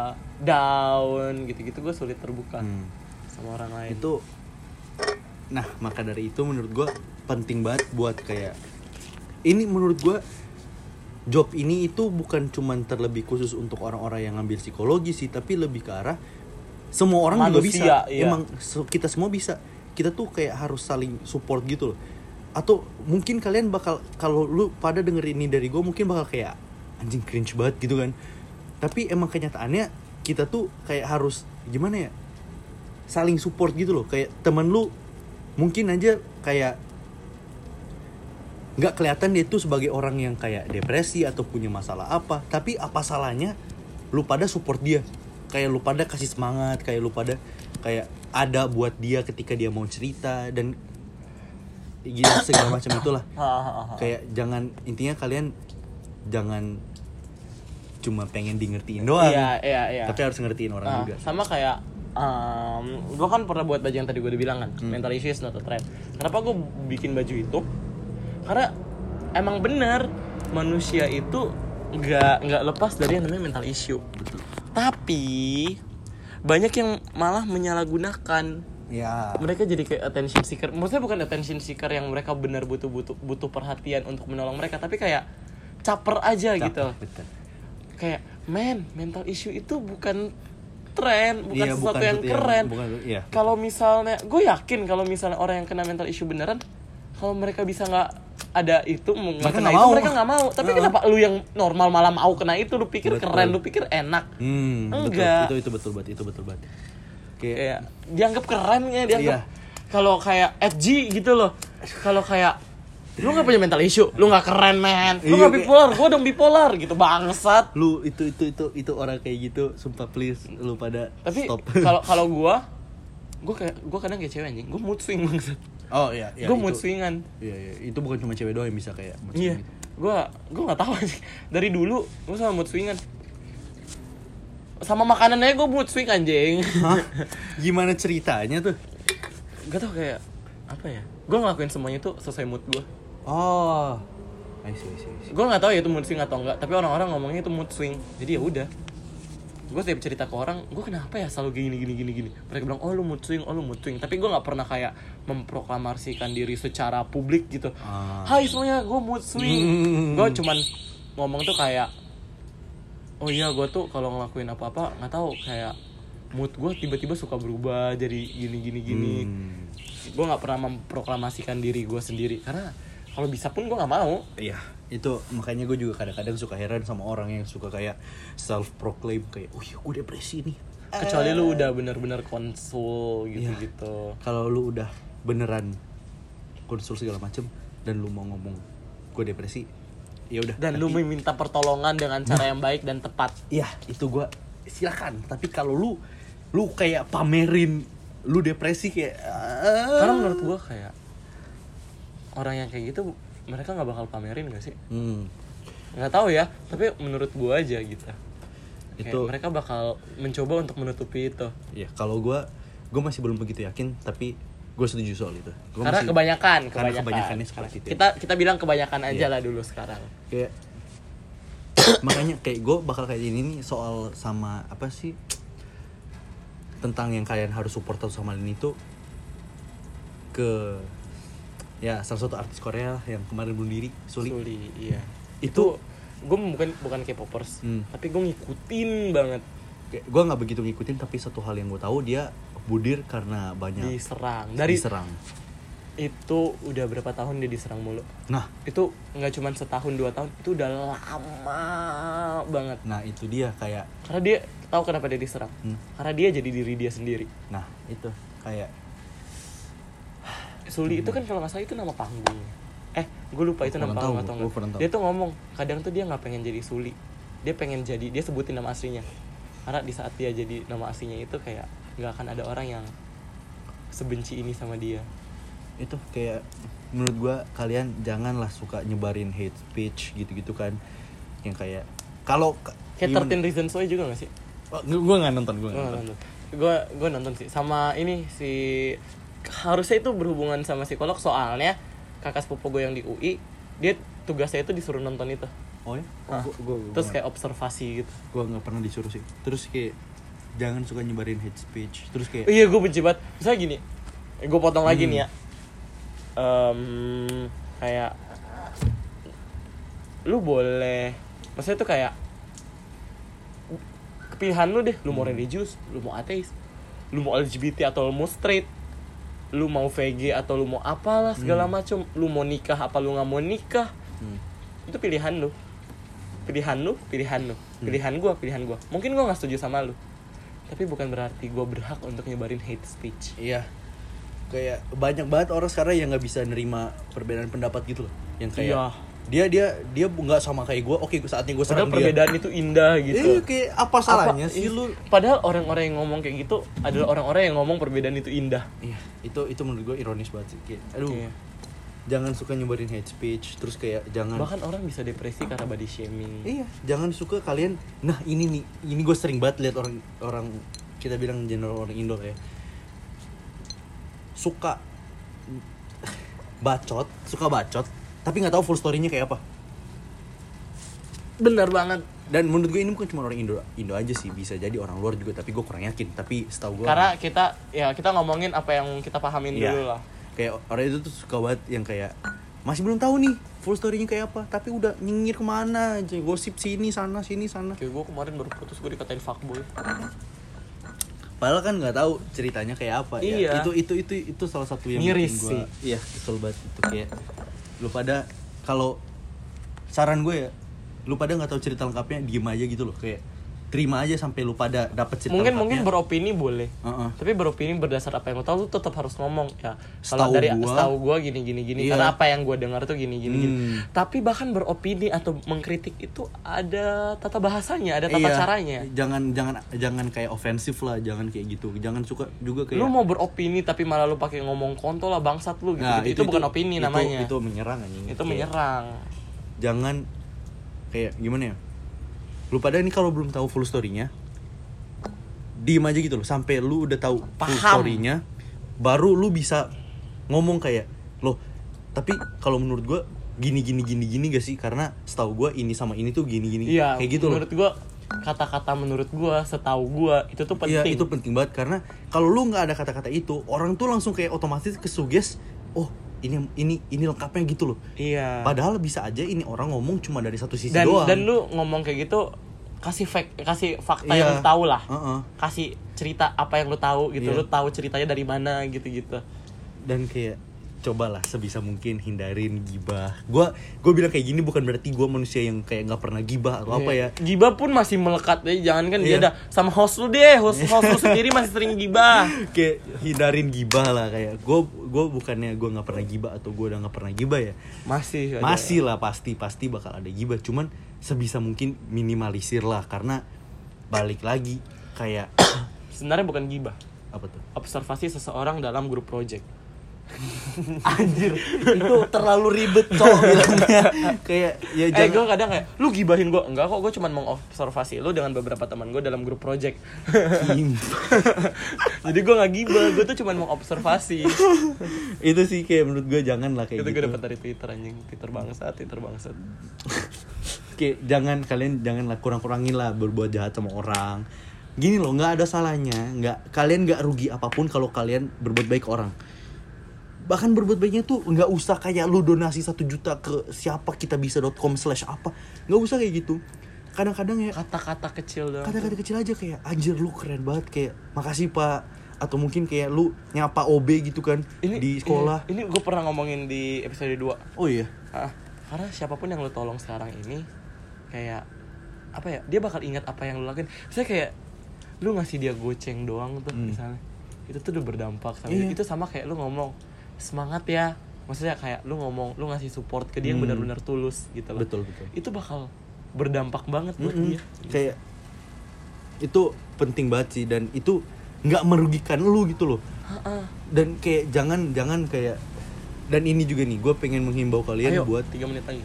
down gitu-gitu gue sulit terbuka sama orang lain. Itu, nah maka dari itu menurut gue penting banget buat kayak ini, menurut gue job ini itu bukan cuman terlebih khusus untuk orang-orang yang ngambil psikologi sih, tapi lebih ke arah semua orang manusia, juga bisa. Iya. Emang kita semua bisa. Kita tuh kayak harus saling support gitu loh. Atau mungkin kalian bakal, kalau lu pada denger ini dari gue, mungkin bakal kayak anjing cringe banget gitu kan. Tapi emang kenyataannya kita tuh kayak harus gimana ya, saling support gitu loh. Kayak temen lu mungkin aja kayak nggak kelihatan dia tuh sebagai orang yang kayak depresi atau punya masalah apa, tapi apa salahnya lu pada support dia, kayak lu pada kasih semangat, kayak lu pada kayak ada buat dia ketika dia mau cerita dan gitu segala macam itulah. Kayak jangan, intinya kalian jangan cuma pengen di ngertiin doang. Iya. Tapi harus ngertiin orang juga. Sama kayak gue kan pernah buat baju yang tadi gue udah bilang kan, mental issues not a trend. Kenapa gue bikin baju itu? Karena emang benar manusia itu nggak lepas dari yang namanya mental issue. Betul. Tapi banyak yang malah menyalahgunakan. Ya. Mereka jadi kayak attention seeker. Maksudnya bukan attention seeker yang mereka benar butuh perhatian untuk menolong mereka, tapi kayak caper aja gitu. Betul. Kayak mental issue itu bukan tren, bukan sesuatu yang keren. Kalau misalnya, gue yakin kalau misalnya orang yang kena mental issue beneran, kalau mereka bisa nggak ada itu, mereka nggak mau. Tapi kenapa lu yang normal malah mau kena itu? Lu pikir keren, lu pikir enak? Enggak. Itu betul banget. Kayak dianggap keren ya, dianggap kalau kayak edgy gitu loh. Kalau kayak lu nggak punya mental issue, lu nggak keren men, lu nggak bipolar, gue dong bipolar gitu, bangsat. Lu itu orang kayak gitu, sumpah please lu pada tapi stop. Kalau gue kadang kayak cewek anjing, gue mood swing bangsat. Oh iya. Gue mood swingan. Iya, itu bukan cuma cewek doang yang bisa kayak mood Iya. swing gitu. Gue nggak tahu anjing. Dari dulu gue sama mood swingan. Sama makanannya gue mood swing anjing. Hah? Gimana ceritanya tuh? Gak tau, kayak apa ya? Gue ngelakuin semuanya tuh sesuai mood gue. Oh, I see. Gue nggak tahu ya itu mood swing atau enggak, tapi orang-orang ngomongnya itu mood swing. Jadi ya udah, gue tiap cerita ke orang, gue kenapa ya selalu gini. Mereka bilang, oh lu mood swing. Tapi gue nggak pernah kayak memproklamasikan diri secara publik gitu. Hai semuanya, gue mood swing. Gue cuman ngomong tuh kayak, oh iya gue tuh kalau ngelakuin apa-apa nggak tahu kayak mood gue tiba-tiba suka berubah jadi gini. Gue nggak pernah memproklamasikan diri gue sendiri karena kalau bisa pun gue nggak mau. Iya, itu makanya gue juga kadang-kadang suka heran sama orang yang suka kayak self proclaim kayak, oh iya gue depresi nih. Kecuali lu udah bener-bener konsul gitu. Kalau lu udah beneran konsul segala macem dan lu mau ngomong gue depresi, ya udah. Dan lu meminta pertolongan dengan cara yang baik dan tepat. Iya, itu gue silakan. Tapi kalau lu kayak pamerin lu depresi kayak karena menurut gue kayak orang yang kayak gitu mereka nggak bakal pamerin nggak sih? Nggak tahu ya, tapi menurut gue aja gitu. Kayak itu mereka bakal mencoba untuk menutupi itu. Iya, kalau gue masih belum begitu yakin, tapi gue setuju soal itu. Karena kebanyakannya seperti itu. Kita bilang kebanyakan aja lah dulu sekarang. Kayak makanya kayak gue bakal kayak ini nih soal sama apa sih tentang yang kalian harus support sama ini tuh ke ya salah satu artis Korea yang kemarin bunuh diri, Sulli. Iya. Itu gue bukan K-popers, tapi gue ngikutin banget. Gue nggak begitu ngikutin, tapi satu hal yang gue tahu dia budir karena banyak diserang. Itu udah berapa tahun dia diserang mulu. Nah, itu nggak cuma setahun 2 tahun, itu udah lama banget. Nah, itu dia kayak karena dia tahu kenapa dia diserang. Karena dia jadi diri dia sendiri. Nah, itu kayak Sulli itu kan kalau nggak salah itu nama panggung. Gue lupa itu nama panggung atau enggak. Dia tuh ngomong, kadang tuh dia nggak pengen jadi Sulli. Dia sebutin nama aslinya. Karena di saat dia jadi nama aslinya itu kayak nggak akan ada orang yang sebenci ini sama dia. Itu kayak menurut gue kalian janganlah suka nyebarin hate speech gitu-gitu kan, yang kayak kalau kayak 13 Reasons Why juga nggak sih? Gue nggak nonton. Gue nonton sih sama ini si harusnya itu berhubungan sama psikolog, soalnya kakak sepupu gue yang di UI dia tugasnya itu disuruh nonton itu. Oh ya? Terus kayak observasi gitu. Gue nggak pernah disuruh sih. Terus kayak jangan suka nyebarin hate speech. Terus kayak iya gue benci banget. Misalnya gini, gue potong lagi nih ya. Kayak lu boleh, maksudnya tuh kayak pilihan lu deh, lu mau religius, lu mau ateis, lu mau LGBT atau lu mau straight, lu mau VG atau lu mau apalah segala macam, lu mau nikah apa lu nggak mau nikah, itu pilihan lu. Pilihan gue. Mungkin gue nggak setuju sama lu, tapi bukan berarti gue berhak untuk nyebarin hate speech. Iya. Kayak banyak banget orang sekarang yang nggak bisa nerima perbedaan pendapat gitu loh, yang kayak dia nggak sama kayak gue. Oke, saatnya gue serang dia. Perbedaan itu indah gitu. Kayak apa salahnya sih lu? Padahal orang-orang yang ngomong kayak gitu adalah orang-orang yang ngomong perbedaan itu indah. Iya, itu menurut gue ironis banget sih. Kayak, jangan suka nyebarin hate speech. Terus kayak jangan, bahkan orang bisa depresi karena body shaming. Iya, jangan suka kalian. Nah ini gue sering banget lihat orang kita bilang general orang Indo ya, suka bacot tapi nggak tahu full story-nya kayak apa. Benar banget. Dan menurut gue ini bukan cuma orang Indo aja sih, bisa jadi orang luar juga, tapi gue kurang yakin. Tapi setahu gue karena kita ngomongin apa yang kita pahamin dulu lah. Kayak orang itu tuh suka banget yang kayak masih belum tahu nih full story-nya kayak apa, tapi udah nyengir kemana aja, gosip sini sana. Kayak gue kemarin baru putus, gue dikatain fuckboy. Padahal kan nggak tahu ceritanya kayak apa. Iya. Ya. Itu salah satu yang miris bikin gue. Iya, kesel banget itu. Kayak lu pada, kalau saran gue ya, lu pada nggak tahu cerita lengkapnya, diem aja gitu loh. Kayak terima aja sampai lu pada dapet cerita lengkapnya. Mungkin beropini boleh. Tapi beropini berdasar apa yang lu tahu, lu tetap harus ngomong ya. Kalau dari setahu gue gini. Iya. Karena apa yang gue dengar tuh gini. Tapi bahkan beropini atau mengkritik itu ada tata bahasanya, ada tata caranya. Jangan kayak ofensif lah, jangan kayak gitu. Jangan suka juga kayak lu mau beropini tapi malah lu pakai ngomong kontol lah, bangsat lu gitu. Nah, itu bukan opini namanya. Itu menyerang anjing. Itu menyerang. Jangan kayak gimana ya? Lu pada ini kalau belum tahu full story-nya, diem aja gitu loh sampai lu udah tahu full story-nya, baru lu bisa ngomong kayak loh. Tapi kalau menurut gue gini gak sih, karena setahu gue ini sama ini tuh gini iya, kayak gitu menurut gue kata-kata menurut gue setahu gue itu tuh penting. Iya, itu penting banget, karena kalau lu nggak ada kata-kata itu, orang tuh langsung kayak otomatis kesuges, oh ini lengkapnya gitu loh. Iya, padahal bisa aja ini orang ngomong cuma dari satu sisi doang, dan lu ngomong kayak gitu kasih fakta yang lu tahu lah. Kasih cerita apa yang lu tahu gitu. Lu tahu ceritanya dari mana gitu. Dan kayak cobalah sebisa mungkin hindarin gibah. Gue bilang kayak gini bukan berarti gue manusia yang kayak nggak pernah gibah atau apa ya. Gibah pun masih melekat ya, jangan kan dia ada sama host lu deh, host lu sendiri masih sering gibah. Kayak hindarin gibah lah, kayak gue bukannya gue nggak pernah gibah atau gue udah nggak pernah gibah ya. Masih lah, pasti bakal ada gibah, cuman sebisa mungkin minimalisir lah, karena balik lagi kayak sebenarnya bukan gibah. Apa tuh? Observasi seseorang dalam grup project. Anjir, itu terlalu ribet bilangnya. Kayak ya jangan. Gue kadang kayak lu gibahin gue, enggak kok, gue cuma mengobservasi lu dengan beberapa teman gue dalam grup project. Jadi gue nggak gibah, gue tuh cuma mengobservasi. Itu sih kayak menurut gue jangan lah kayak itu gitu. Itu gue dapat dari Twitter, anjing. Twitter bangsat. Kayak kalian janganlah kurang-kurangin lah berbuat jahat sama orang. Gini loh, nggak ada salahnya, kalian nggak rugi apapun kalau kalian berbuat baik ke orang. Bahkan berbuat baiknya tuh nggak usah kayak lu donasi 1 juta ke siapa kitabisa.com/apa, nggak usah kayak gitu. Kadang-kadang ya kata-kata kecil doang, kata-kata kecil aja, kayak anjir lu keren banget, kayak makasih pak, atau mungkin kayak lu nyapa OB gitu kan di sekolah. Ini gue pernah ngomongin di episode 2. Oh iya. Karena siapapun yang lu tolong sekarang ini kayak apa ya, dia bakal ingat apa yang lu lakuin. Misalnya kayak lu ngasih dia goceng doang tuh misalnya, itu tuh udah berdampak sama dia. Itu sama kayak lu ngomong semangat ya, maksudnya kayak lu ngomong, lu ngasih support ke dia yang benar-benar tulus gitu loh. Betul. Itu bakal berdampak banget buat dia. Kayak itu penting banget sih, dan itu nggak merugikan lu gitu loh. Dan kayak jangan kayak, dan ini juga nih gue pengen menghimbau kalian. Buat 3 menit lagi.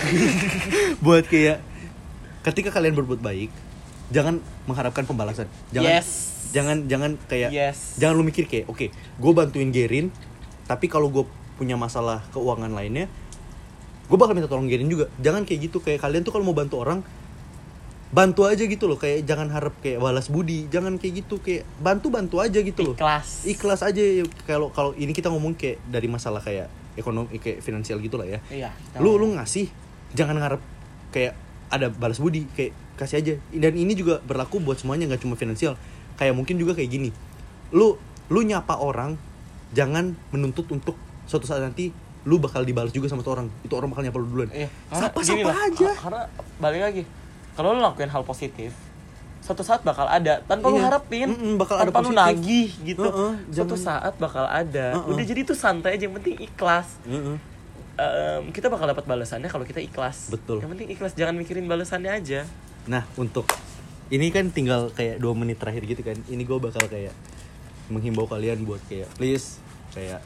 Buat kayak ketika kalian berbuat baik, jangan mengharapkan pembalasan. Jangan kayak jangan lu mikir kayak oke, gue bantuin Gerin, tapi kalau gue punya masalah keuangan lainnya, gue bakal minta tolong Gerin juga. Jangan kayak gitu. Kayak kalian tuh kalau mau bantu orang, bantu aja gitu loh. Kayak jangan harap kayak balas budi. Jangan kayak gitu. Kayak bantu aja gitu loh. Ikhlas aja. Kalau ini kita ngomong kayak dari masalah kayak ekonomi, kayak finansial gitu lah ya. Iya. Lu ngasih, jangan ngarep kayak ada balas budi. Kayak kasih aja. Dan ini juga berlaku buat semuanya, nggak cuma finansial. Kayak mungkin juga kayak gini. Lu nyapa orang, jangan menuntut untuk suatu saat nanti lu bakal dibalas juga sama tuh orang. Itu orang bakal nyapa lu duluan. Sapa aja. Karena balik lagi, kalau lu lakuin hal positif, suatu saat bakal ada tanpa lu harapin, tanpa lu nagih gitu. Suatu saat bakal ada. Udah, jadi itu santai aja, yang penting ikhlas. Kita bakal dapat balasannya kalau kita ikhlas. Betul. Yang penting ikhlas, jangan mikirin balasannya aja. Nah, untuk ini kan tinggal kayak 2 menit terakhir gitu kan. Ini gue bakal kayak menghimbau kalian buat kayak please, kayak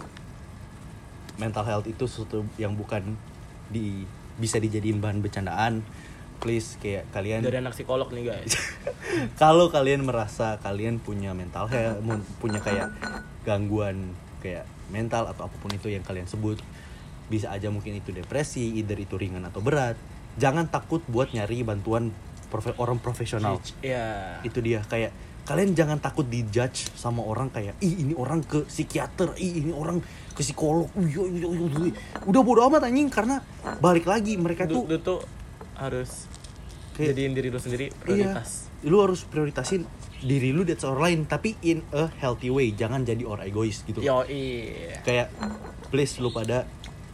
mental health itu sesuatu yang bukan bisa dijadiin bahan bercandaan. Please, kayak kalian dari anak psikolog nih guys. Kalau kalian merasa kalian punya mental health, punya kayak gangguan kayak mental atau apapun itu yang kalian sebut, bisa aja mungkin itu depresi, either itu ringan atau berat, jangan takut buat nyari bantuan orang profesional. Itu dia, kayak kalian jangan takut dijudge sama orang kayak ini orang ke psikiater, ini orang ke psikolog. Udah bodo amat anjing, karena balik lagi mereka tuh harus jadiin diri lu sendiri prioritas. Lu harus prioritasin diri lu di atas orang lain, tapi in a healthy way. Jangan jadi orang egois gitu. Kayak please lu pada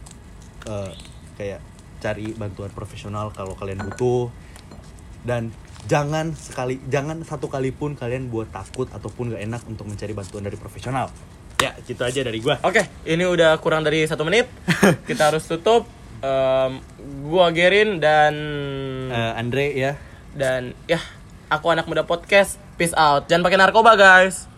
kayak cari bantuan profesional kalau kalian butuh. Dan jangan satu kali pun kalian buat takut ataupun gak enak untuk mencari bantuan dari profesional. Ya, gitu aja dari gua. Oke, ini udah kurang dari 1 menit. Kita harus tutup. Gua Gerin dan Andre ya. Dan ya, aku Anak Muda Podcast. Peace out. Jangan pakai narkoba, guys.